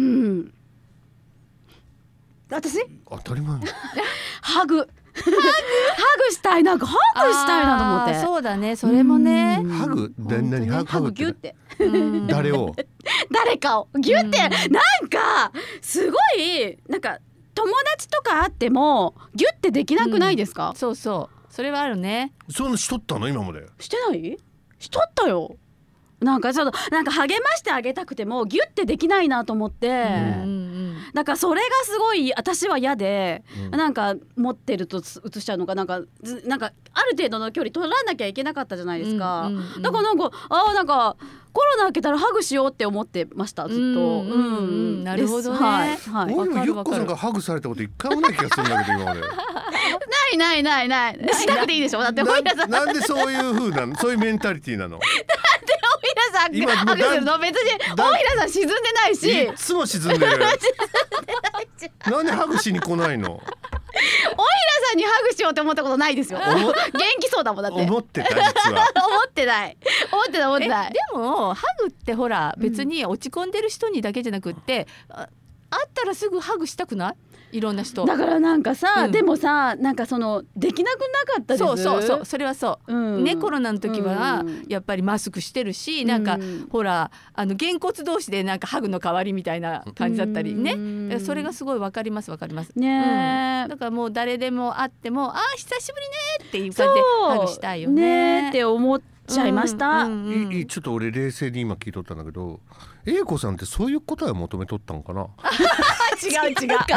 私当たり前ハグしたい、なんかハグしたいなと思って。 そうだね、それもね。 ハグ何ハグってギュって誰を誰かをギュって、なんかすごいなんか友達とかあってもギュってできなくないですか？ そうそう、それはあるね。 そんなしとったの今まで。 してない？しとったよ。なんかちょっとなんか励ましてあげたくてもギュってできないなと思って、なんかそれがすごい私は嫌で、なんか持ってると映しちゃうのかなんかある程度の距離取らなきゃいけなかったじゃないですか。だからなんかなんかコロナ明けたらハグしようって思ってましたずっと。 なるほどね。 俺もゆっこさんがハグされたこと一回もない気がするんだけど今まで。 ないしたくていいでしょ。だってなんでそういう風なの、そういうメンタリティなの。 大平さんがハグするの別に大平さん沈んでないし、 いつも沈んでる。なんでハグしに来ないの。 大平さんにハグしようって思ったことないですよ。元気そうだもんだって。 思ってた実は。 思ってない。 でもハグってほら別に落ち込んでる人にだけじゃなくって、会ったらすぐハグしたくない？いろんな人だからなんかさ、でもさなんかそのできなくなかったです。 そうそれはそう、ね、コロナの時はやっぱりマスクしてるし、なんかほらげんこつ同士でなんかハグの代わりみたいな感じだったりね、それがすごいわかりますね。だからもう誰でも会っても久しぶりねっていう感じでハグしたいよねって思っちゃいました。 ちょっと俺冷静に今聞いとったんだけど、英子さんってそういう答えを求めとったんかな。 違う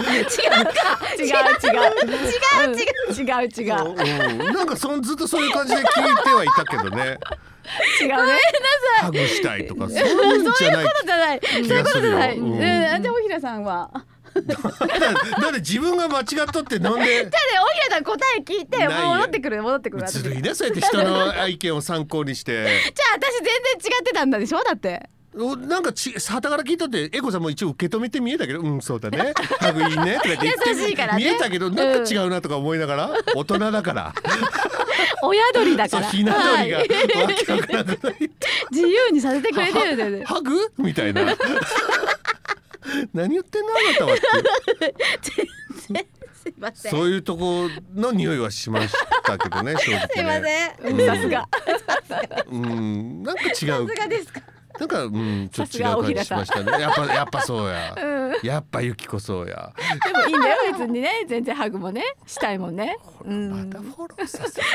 なんかずっとそういう感じで聞いてはいたけどね。 違うね。 ハグしたいとかそういうんじゃない気がするよ。 で大平さんはだって自分が間違っとってなんで。 大平さん答え聞いて戻ってくる。 ずるいねそうやって人の意見を参考にして。 じゃあ私全然違ってたんだでしょ。だってなんか旗から聞いとって英子さんも一応受け止めて見えたけど、そうだねハグいいねとか言って優しいからね、 見えたけどなんか違うなとか思いながら、大人だから親鳥だからひな鳥がわけわからなくない自由にさせてくれてるんだよね。 ハグみたいな何言ってんのあなたはってすいません、 そういうとこの匂いはしましたけどね正直ね。 すいません、さすがなんか違う。 さすがですか。 なんかちょっと違う感じしましたね。やっぱそうや、やっぱゆきこそうや。 でもいいんだよ別にね、全然ハグもねしたいもんね。 またフォローさせて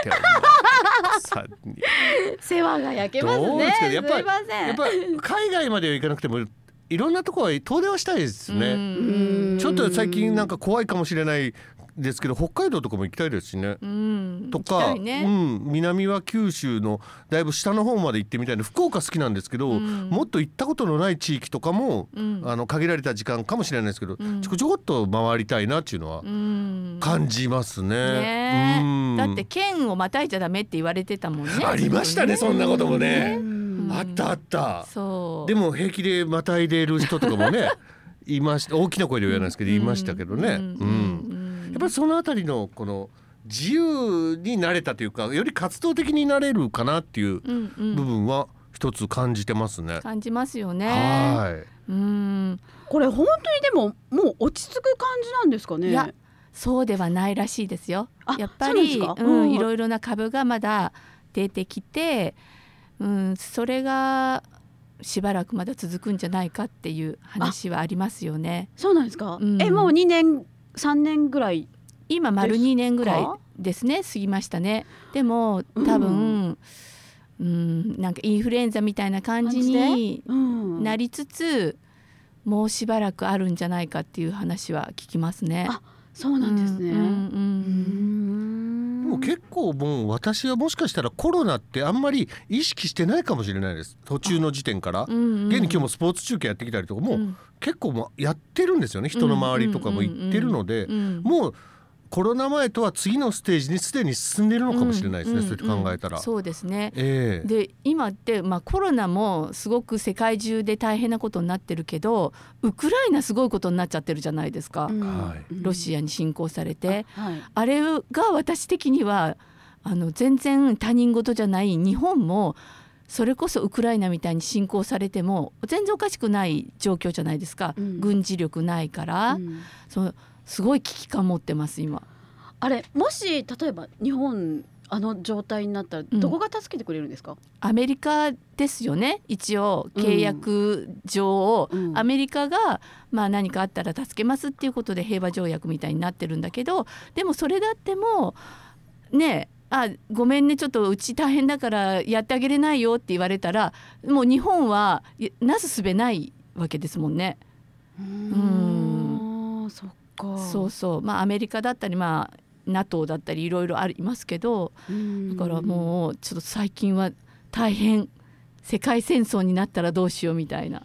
世話が焼けますね。 どうですかやっぱすいません。 やっぱ海外までは行かなくてもいろんなところは遠出はしたいですね。ちょっと最近なんか怖いかもしれないですけど北海道とかも行きたいですしね。とか、南は九州のだいぶ下の方まで行ってみたいな。福岡好きなんですけど、もっと行ったことのない地域とかも、限られた時間かもしれないですけど、ちょこっと回りたいなっていうのは感じますね。 だって県をまたいちゃダメって言われてたもんね。 ありましたねそんなこともね。あったでも平気でまたいでる人とかもねいました。大きな声では言わないですけど言いましたけどね。やっぱりそのあたりのこの自由になれたというか、より活動的になれるかなっていう部分は一つ感じてますね。 感じますよね。 これ本当にでももう落ち着く感じなんですかね。 いやそうではないらしいですよ。やっぱりいろいろな株がまだ出てきて、それがしばらくまだ続くんじゃないかっていう話はありますよね。 そうなんですか。もう2年3年ぐらい今丸2年ぐらいですね。過ぎましたね。でも多分、なんかインフルエンザみたいな感じになりつつ、もうしばらくあるんじゃないかっていう話は聞きますね。 あ、そうなんですね。 でも結構もう私はもしかしたらコロナってあんまり意識してないかもしれないです。途中の時点から現に今日もスポーツ中継やってきたりとかも結構もうやってるんですよね。人の周りとかも行ってるので、もうコロナ前とは次のステージにすでに進んでいるのかもしれないですね、そうやって考えたら。 そうですね、で今って、コロナもすごく世界中で大変なことになってるけど、ウクライナすごいことになっちゃってるじゃないですか、ロシアに侵攻されて、あれが私的には全然他人事じゃない。日本もそれこそウクライナみたいに侵攻されても全然おかしくない状況じゃないですか、軍事力ないから、すごい危機感持ってます今。 あれもし例えば日本状態になったらどこが助けてくれるんですか？ アメリカですよね。一応契約上、アメリカが何かあったら助けますっていうことで平和条約みたいになってるんだけど、でもそれだってもね、ごめんねちょっとうち大変だからやってあげれないよって言われたら、もう日本はなすすべないわけですもんね。 そっか。 そうそう、アメリカだったりNATO だったりいろいろありますけど、だからもうちょっと最近は大変、世界戦争になったらどうしようみたいな。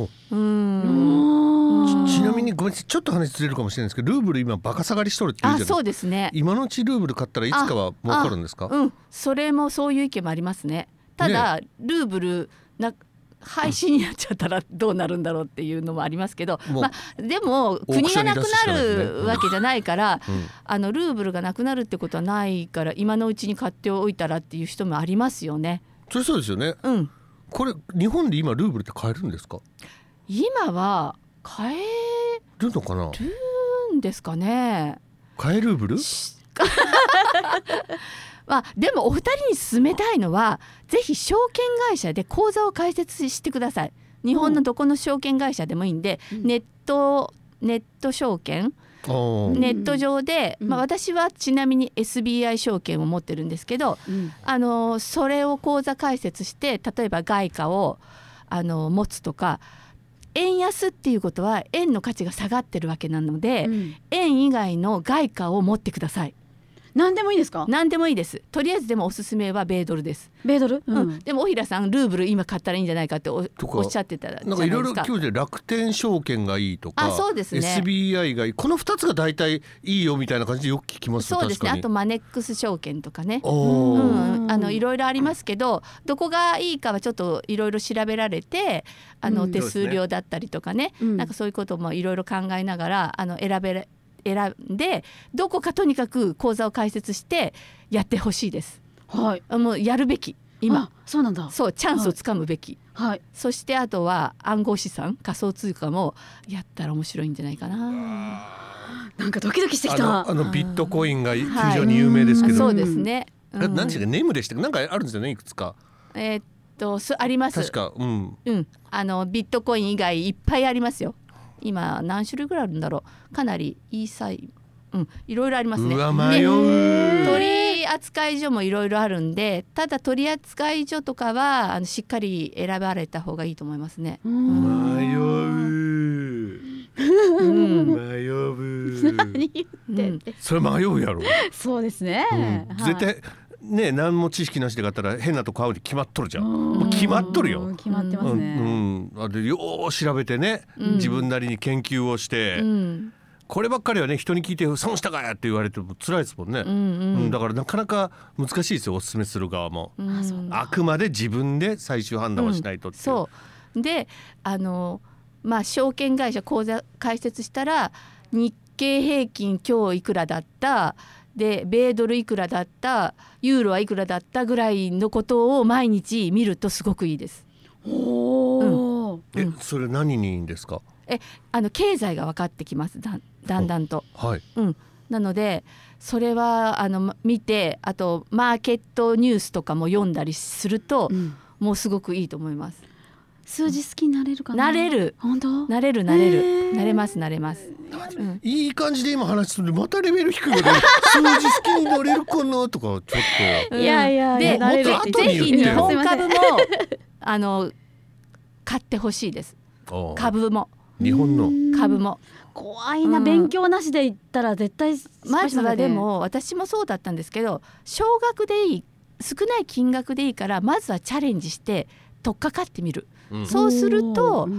ちなみにごめんなさい、ちょっと話ずれるかもしれないですけど、ルーブル今バカ下がりしとるって言うじゃないですか。 そうですね。 今のうちルーブル買ったらいつかは儲かるんですか？ それもそういう意見もありますね。ただ、ルーブル廃止になっちゃったらどうなるんだろうっていうのもありますけど、でも国がなくなるわけじゃないから、ルーブルがなくなるってことはないから、今のうちに買っておいたらっていう人もありますよね。 そうですよね。これ日本で今ルーブルって買えるんですか？今は買えるのかな？ るんですかね。 買えルーブルでもお二人に勧めたいのは、ぜひ証券会社で口座を開設してください。日本のどこの証券会社でもいいんで、ネット証券、ネット上で、私はちなみに SBI 証券を持ってるんですけど、それを口座開設して、例えば外貨を持つとか、円安っていうことは円の価値が下がってるわけなので、円以外の外貨を持ってください。 何でもいいですか？ 何でもいいです。とりあえずでもおすすめは米ドルです。 米ドル、 でも大平さんルーブル今買ったらいいんじゃないかって おっしゃってたじゃないですか。 なんかいろいろ今日で楽天証券がいいとか、 そうですね、 SBI がいい、この2つが大体いいよみたいな感じでよく聞きます。 そうですね。あとマネックス証券とかね、いろいろありますけど、どこがいいかはちょっといろいろ調べられて、手数料だったりとかね、なんかそういうこともいろいろ考えながら選んで、どこかとにかく口座を開設してやってほしいです。もうやるべき、今。 そうなんだ。 そう、チャンスをつかむべき。そしてあとは暗号資産、仮想通貨もやったら面白いんじゃないかな。 なんかドキドキしてきた。 ビットコインが非常に有名ですけど、 そうですね。 何でしたっけ、ネムでしたっけ、なんかあるんですよね、いくつか。 あります。 確か、 ビットコイン以外いっぱいありますよ。今何種類ぐらいあるんだろう。かなりいいサイ、いろいろありますね。取扱所もいろいろあるんで、ただ取扱所とかはしっかり選ばれた方がいいと思いますね。 迷う何言ってんそれ迷うやろ。 そうですね、 絶対ね、何も知識なしで買ったら変なとこ買うに決まっとるじゃん。もう決まっとるよ。 決まってますね。 でよう調べてね、自分なりに研究をして、こればっかりはね、人に聞いて損したかやって言われても辛いですもんね。だからなかなか難しいですよ、おすすめする側も。あくまで自分で最終判断をしないとっていう。 そうで、証券会社口座開設したら、日経平均今日いくらだった、で米ドルいくらだった、ユーロはいくらだったぐらいのことを毎日見るとすごくいいです。 それ何にいいんですか？ 経済が分かってきます。だんだんと。なのでそれは見て、あとマーケットニュースとかも読んだりすると、もうすごくいいと思います。 数字好きになれるかな？ なれる。 本当？ なれます。 いい感じで今話するので、またレベル低いので数字好きになれるかなとかちょっと。 いやで、 なれるってぜひ日本株も買ってほしいです。株も。 日本の株も。 怖いな、勉強なしで行ったら絶対まずはでも私もそうだったんですけど、少額でいい、少ない金額でいいから、まずはチャレンジして取っかかってみる。そうすると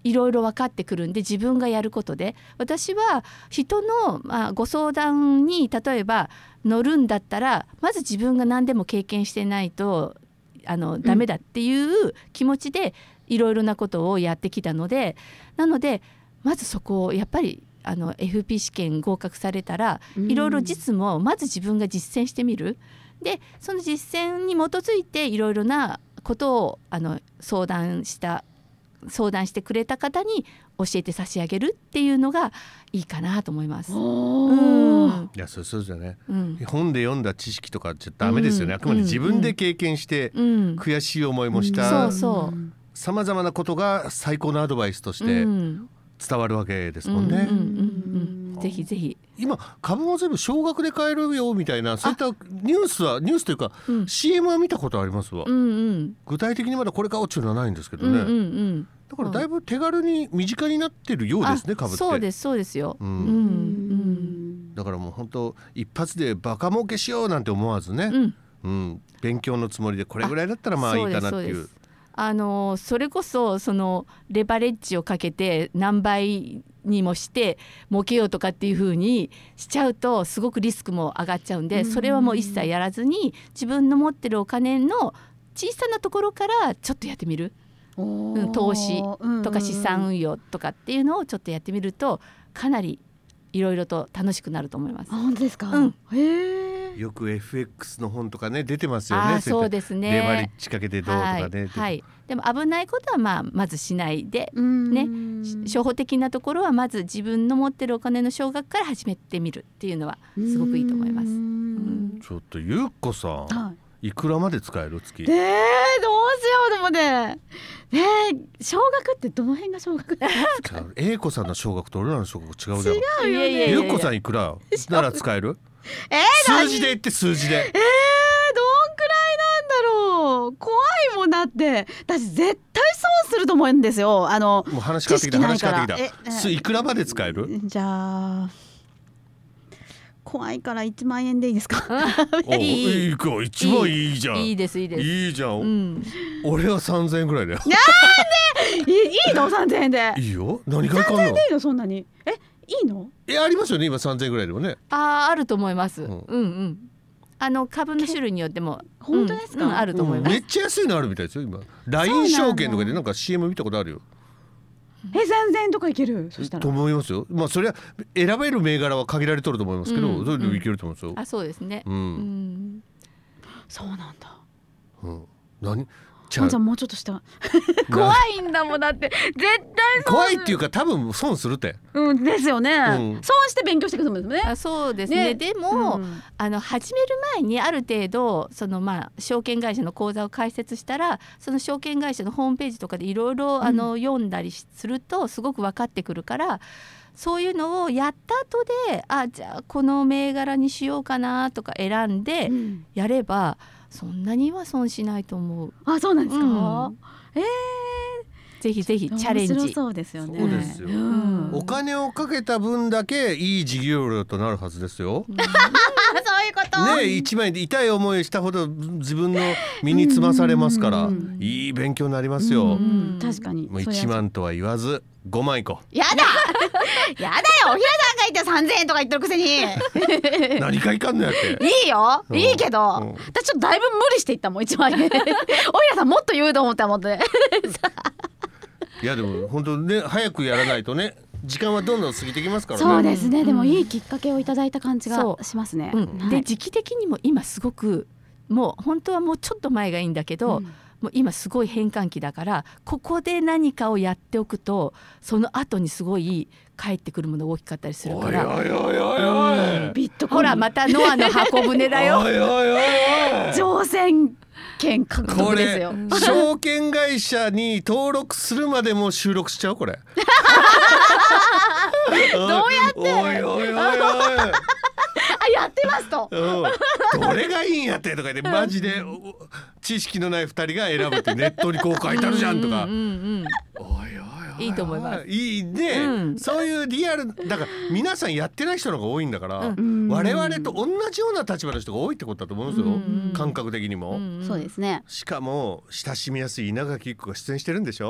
いろいろ分かってくるんで、自分がやることで、私は人の、ご相談に例えば乗るんだったら、まず自分が何でも経験してないとダメだっていう気持ちでいろいろなことをやってきたので、なのでまずそこをやっぱりFP 試験合格されたら、いろいろ実務をまず自分が実践してみる。でその実践に基づいていろいろなことを相談してくれた方に教えて差し上げるっていうのがいいかなと思います。 いやそうですよね、本で読んだ知識とかじゃダメですよね。あくまで自分で経験して悔しい思いもしたさまざまなことが最高のアドバイスとして伝わるわけですもんね。 ぜひぜひ。 今株も全部少額で買えるよみたいな、そういったニュースというか、CM は見たことありますわ。具体的にまだこれ買おうっていうのはないんですけどね。だからだいぶ手軽に身近になってるようですね、株って。 そうですよ。 だからもう本当一発でバカ儲けしようなんて思わずね、勉強のつもりでこれぐらいだったらまあいいかなっていう。 それこそそのレバレッジをかけて何倍にもして儲けようとかっていう風にしちゃうとすごくリスクも上がっちゃうんで、それはもう一切やらずに自分の持ってるお金の小さなところからちょっとやってみる、投資とか資産運用とかっていうのをちょっとやってみるとかなりいろいろと楽しくなると思います。 本当ですか？ よく FX の本とかね出てますよね。 そうですね。 レバレッジかけてどうとかね。 でも危ないことはまずしないでね、初歩的なところはまず自分の持ってるお金の少額から始めてみるっていうのはすごくいいと思います。 ちょっとゆっこさん、いくらまで使える月？ どうしようでもね、少額ってどの辺が少額英子さんの少額と俺らの少額違うじゃん。 違うよね。 ゆっこさんいくらなら使える？数字で言って数字で。 どんくらいなんだろう。怖いもんだって。私絶対損すると思うんですよ。 もう話変わってきた。いくらまで使える？じゃあ怖いから1万円でいいですか？ いいか、1万いいじゃん。 いいですいいじゃん。俺は3000円ぐらいだよ。 なんで？いいの3000円で？ いいよ。何がいかんの？3000 円でいいのそんなに？いいの？ ありますよね今3000円ぐらいでもね。 あると思います。株の種類によっても本当ですか？ あると思います。 めっちゃ安いのあるみたいですよ今。LINE 証券とかでなんか CM 見たことあるよ。 3000円とかいける？そしたらと思いますよ。まあそれは選べる銘柄は限られとると思いますけど、それでいけると思いますよ。 そうですね。 そうなんだ。 何？ じゃあもうちょっとした怖いんだもん。だって絶対怖いっていうか多分損するってですよね。損して勉強していくんですね。 そうですね。でも始める前にある程度証券会社の口座を開設したら、その証券会社のホームページとかでいろいろ読んだりするとすごく分かってくるから、そういうのをやった後でじゃあこの銘柄にしようかなとか選んでやれば、そんなには損しないと思う。 そうなんですか？ ぜひぜひチャレンジ。 面白そうですよね。 そうですよ。お金をかけた分だけいい事業料となるはずですよ。 そういうこと。 ね、1枚で痛い思いしたほど自分の身につまされますから、いい勉強になりますよ。 確かに。 もう1万とは言わず5万いこう。 やだよ。平さんが言って3000円とか言ってるくせに。 何かいかんのやって。 いいよ。いいけど、私ちょっとだいぶ無理していったもん1万円。お平さんもっと言うと思って。 いやでも本当ね、早くやらないとね、時間はどんどん過ぎてきますからね。 そうですね。でもいいきっかけをいただいた感じがしますね。 で時期的にも今すごくもう本当はもうちょっと前がいいんだけど、もう今すごい変換期だから、ここで何かをやっておくとその後にすごい返ってくるものが大きかったりするから。 ビットコイン。 ほらまたノアの箱舟だよ。 乗船券獲得ですよ。 証券会社に登録するまでも収録しちゃうこれ。 どうやって？ おいやってますと。 どれがいいんやってとか言ってマジで知識のない2人が選ぶってネットにこう書いてあるじゃんとか。 いいと思います。 いいね、そういうリアルだから皆さんやってない人の方が多いんだから、我々と同じような立場の人が多いってことだと思うんですよ、感覚的にも。 そうですね。 しかも親しみやすい稲垣一子が出演してるんでしょ。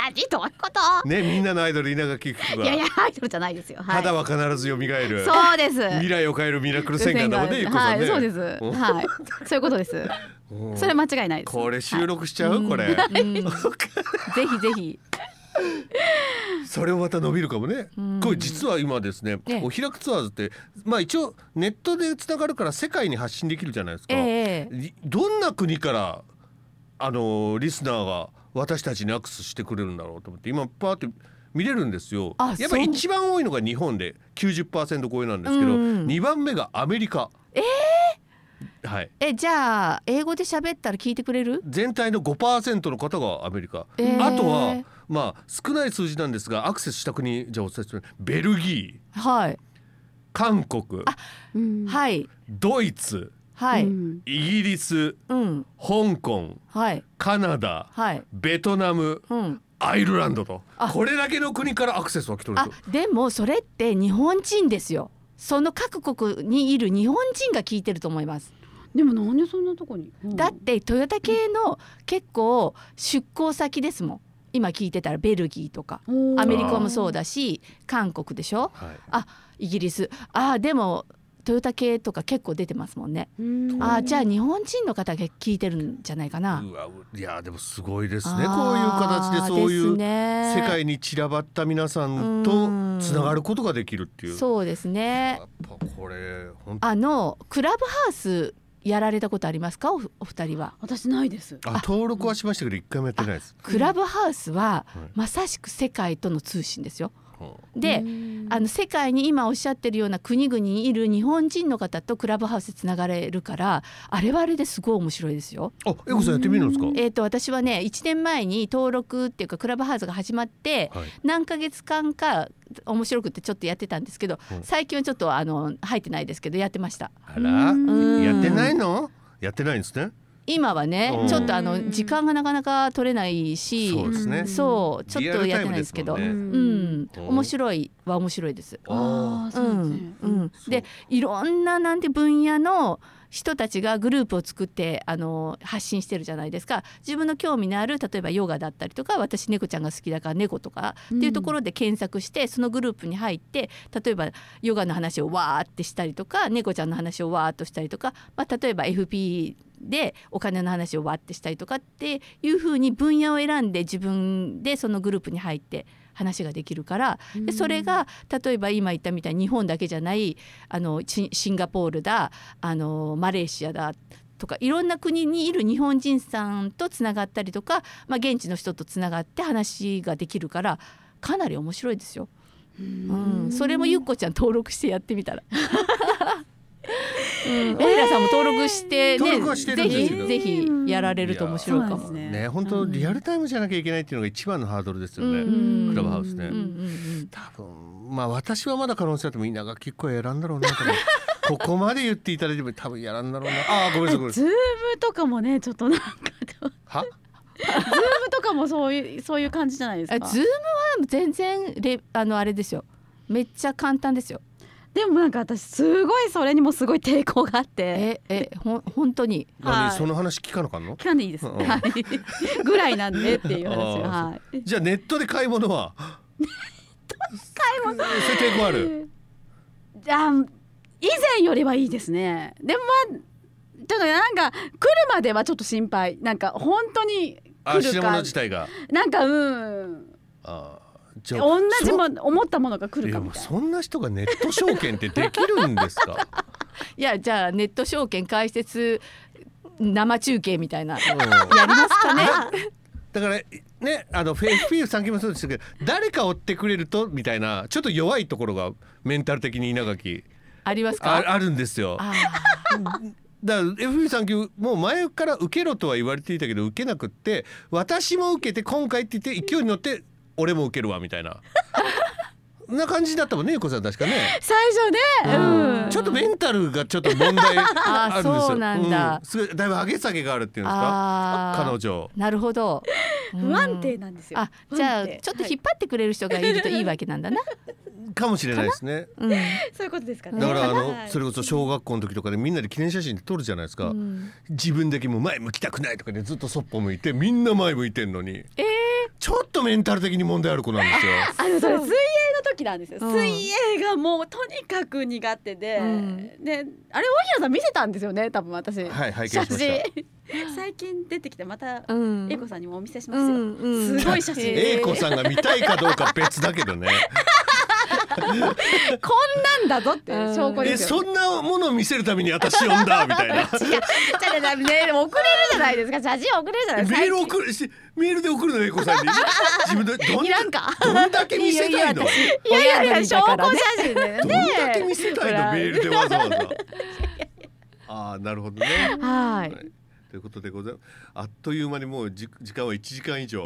何どういうこと？ ね、みんなのアイドル稲垣貴子がいやいやアイドルじゃないですよ。はい、 肌は必ず蘇る。 そうです。 未来を変えるミラクル宣言だもんね、ゆっこさんね。 はい、そうです。はい、そういうことです。それ間違いないです。 これ収録しちゃう、これ。 ぜひぜひ。 それをまた伸びるかもね。これ実は今ですね、お開くツアーズってまあ一応ネットでつながるから世界に発信できるじゃないですか。どんな国からリスナーが私たちにアクセスしてくれるんだろうと思って今パーって見れるんですよ。やっぱり一番多いのが日本で 90% 超えなんですけど、2番目がアメリカ。はい、 じゃあ英語で喋ったら聞いてくれる？ 全体の 5% の方がアメリカ、あとはまあ少ない数字なんですがアクセスした国じゃあお伝えするベルギー、 はい、 韓国、 はい、 ドイツ、 はい、 イギリス、香港、はい、カナダ、はい、ベトナム、アイルランドとこれだけの国からアクセスが来てると。 でもそれって日本人ですよ。その各国にいる日本人が聞いてると思います。 でもなんでそんなとこに、 だってトヨタ系の結構出向先ですもん。今聞いてたらベルギーとかアメリカもそうだし韓国でしょ、はい、イギリスでもトヨタ系とか結構出てますもんね。じゃあ日本人の方が聞いてるんじゃないかな。 いやでもすごいですね。こういう形でそういう世界に散らばった皆さんとつながることができるっていう。 そうですね。 やっぱこれクラブハウスやられたことありますか、お二人は？ 私ないです。 登録はしましたけど一回もやってないです。 クラブハウスはまさしく世界との通信ですよ。で世界に今おっしゃってるような国々にいる日本人の方とクラブハウスでつながれるからあれはあれですごい面白いですよ。 エコさんやってみるんですか？ 私はね1年前に登録っていうかクラブハウスが始まって、何ヶ月間か面白くてちょっとやってたんですけど、最近はちょっと入ってないですけどやってました。 あら、やってないの？やってないんですね。 今はねちょっと時間がなかなか取れないし、 そうですね、 そうちょっとやってないですけど、面白いは面白いです。でいろんな分野の人たちがグループを作って発信してるじゃないですか。自分の興味のある例えばヨガだったりとか、私猫ちゃんが好きだから猫とかっていうところで検索して、そのグループに入って例えばヨガの話をわーってしたりとか、猫ちゃんの話をわーっとしたりとか、例えば FP でお金の話をわーってしたりとかっていう風に分野を選んで自分でそのグループに入って話ができるから、でそれが例えば今言ったみたいに日本だけじゃないシンガポールだマレーシアだとかいろんな国にいる日本人さんとつながったりとか、現地の人とつながって話ができるからかなり面白いですよ。それもゆっこちゃん登録してやってみたらオイラさんも登録してね、ぜひやられると面白いかもね。本当リアルタイムじゃなきゃいけないっていうのが一番のハードルですよね、クラブハウスね。多分私はまだ可能性あっても稲垣貴子はやらんだろうなここまで言っていただいても多分やらんだろうな。ごめんなさい。 ズームとかもねちょっとなんかズームとかもそういう感じじゃないですか。 ズームは全然あれですよ、めっちゃ簡単ですよ。 でもなんか私すごいそれにもすごい抵抗があって、 本当にその話聞かなかんの？ 聞かんでいいですね、ぐらいなんでっていう話。 じゃあネットで買い物は買い物それ抵抗ある？ じゃあ以前よりはいいですね。でもちょっとなんか来るまではちょっと心配。なんか本当に来るか品物自体がなんか同じ思ったものが来るかみたいな。 そんな人がネット証券ってできるんですか？ いやじゃあネット証券解説生中継みたいなやりますかね。 だからねFP3 もそうですけど、誰か追ってくれるとみたいなちょっと弱いところがメンタル的に稲垣ありますか？ あるんですよ。だから FP3 級もう前から受けろとは言われていたけど受けなくって、私も受けて今回って言って勢いに乗って俺も受けるわみたいなな感じだったもんね、ゆこさん確かね。 最初ね、 ちょっとメンタルがちょっと問題あるんですよ。 そうなんだ、 すごいだいぶ上げ下げがあるっていうんですか、彼女。 なるほど、 不安定なんですよ。 あ、じゃあ不安定ちょっと引っ張ってくれる人がいるといいわけなんだな、 かもしれないですね。 そういうことですかね。 だからはいそれこそ小学校の時とかでみんなで記念写真で撮るじゃないですか、自分だけもう前向きたくないとかでずっとそっぽ向いてみんな前向いてんのに、ちょっとメンタル的に問題ある子なんですよ。 それ水泳の時なんですよ。 うん水泳がもうとにかく苦手で、であれ大平さん見せたんですよね、多分私。 はい、拝見しました。 写真最近出てきてまたうん英子さんにもお見せしますよ。すごい写真。 英子さんが見たいかどうか別だけどね。 こんなんだぞって証拠ですよ。 そんなものを見せるために私呼んだみたいな。 違う、じゃあね、送れるじゃないですか。写真送れるじゃないですか。 メールで送るの英子さんに自分でいらんか。 どんだけ見せたいの。 いや証拠写真でね。 どんだけ見せたいの、メールでわざわざ。ああ、なるほどね。 はい。 ということでございます。あっという間にもう時間は1時間以上。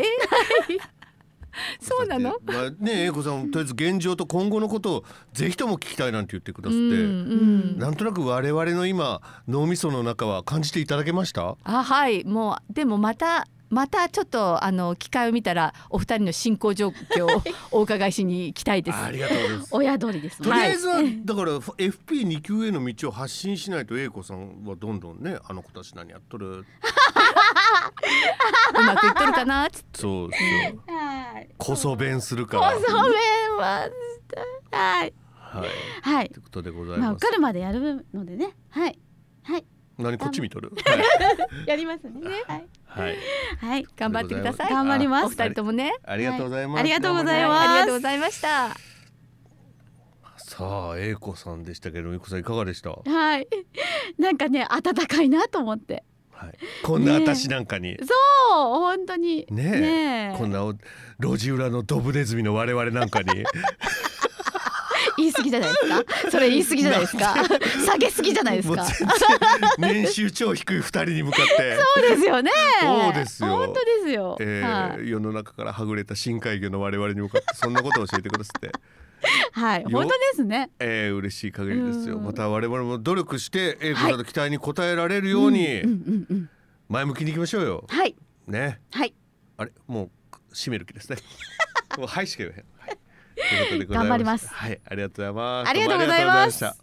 そうなの？ まあね、英子さんとりあえず現状と今後のことをぜひとも聞きたいなんて言ってくださって、なんとなく我々の今脳みその中は感じていただけました？ はい、もうでもまたちょっと機会を見たらお二人の進行状況をお伺いしに行きたいです。 ありがとうございます。 親鳥ですね。 とりあえずはだから FP2 級への道を発信しないと英子さんはどんどんね、あの子たち何やっとるうまくいっとるかなっつって。 そうですよ。 はい。 こそ弁するから。 こそ弁ははいはい。 ということでございまあます。 受かるまでやるのでね。はいはい。 何こっち見とる？ やりますね。はいはい。 はい。 頑張ってください。 頑張ります。 お二人ともね。 ありがとうございます。 ありがとうございます。 ありがとうございました。 さあ、英子さんでしたけど、英子さんいかがでした？ はい。なんかね、温かいなと思って。 はい。こんな私なんかに。 そう、本当に。 ねえ。こんな路地裏のドブネズミの我々なんかに。 言い過ぎじゃないですか。それ言い過ぎじゃないですか。下げすぎじゃないですか。 年収超低い2人に向かって。 そうですよね。 そうですよ。 本当ですよ。 世の中からはぐれた深海魚の我々に向かってそんなことを教えてくださって。 はい、本当ですね。 嬉しい限りですよ。また我々も努力して英子さんの期待に応えられるように前向きにいきましょうよ。 はい。 ね。 はい。 あれ、もう締める気ですね。もうはいしか言わへん。ということでございます。 頑張ります。 はい、ありがとうございます。 ありがとうございます。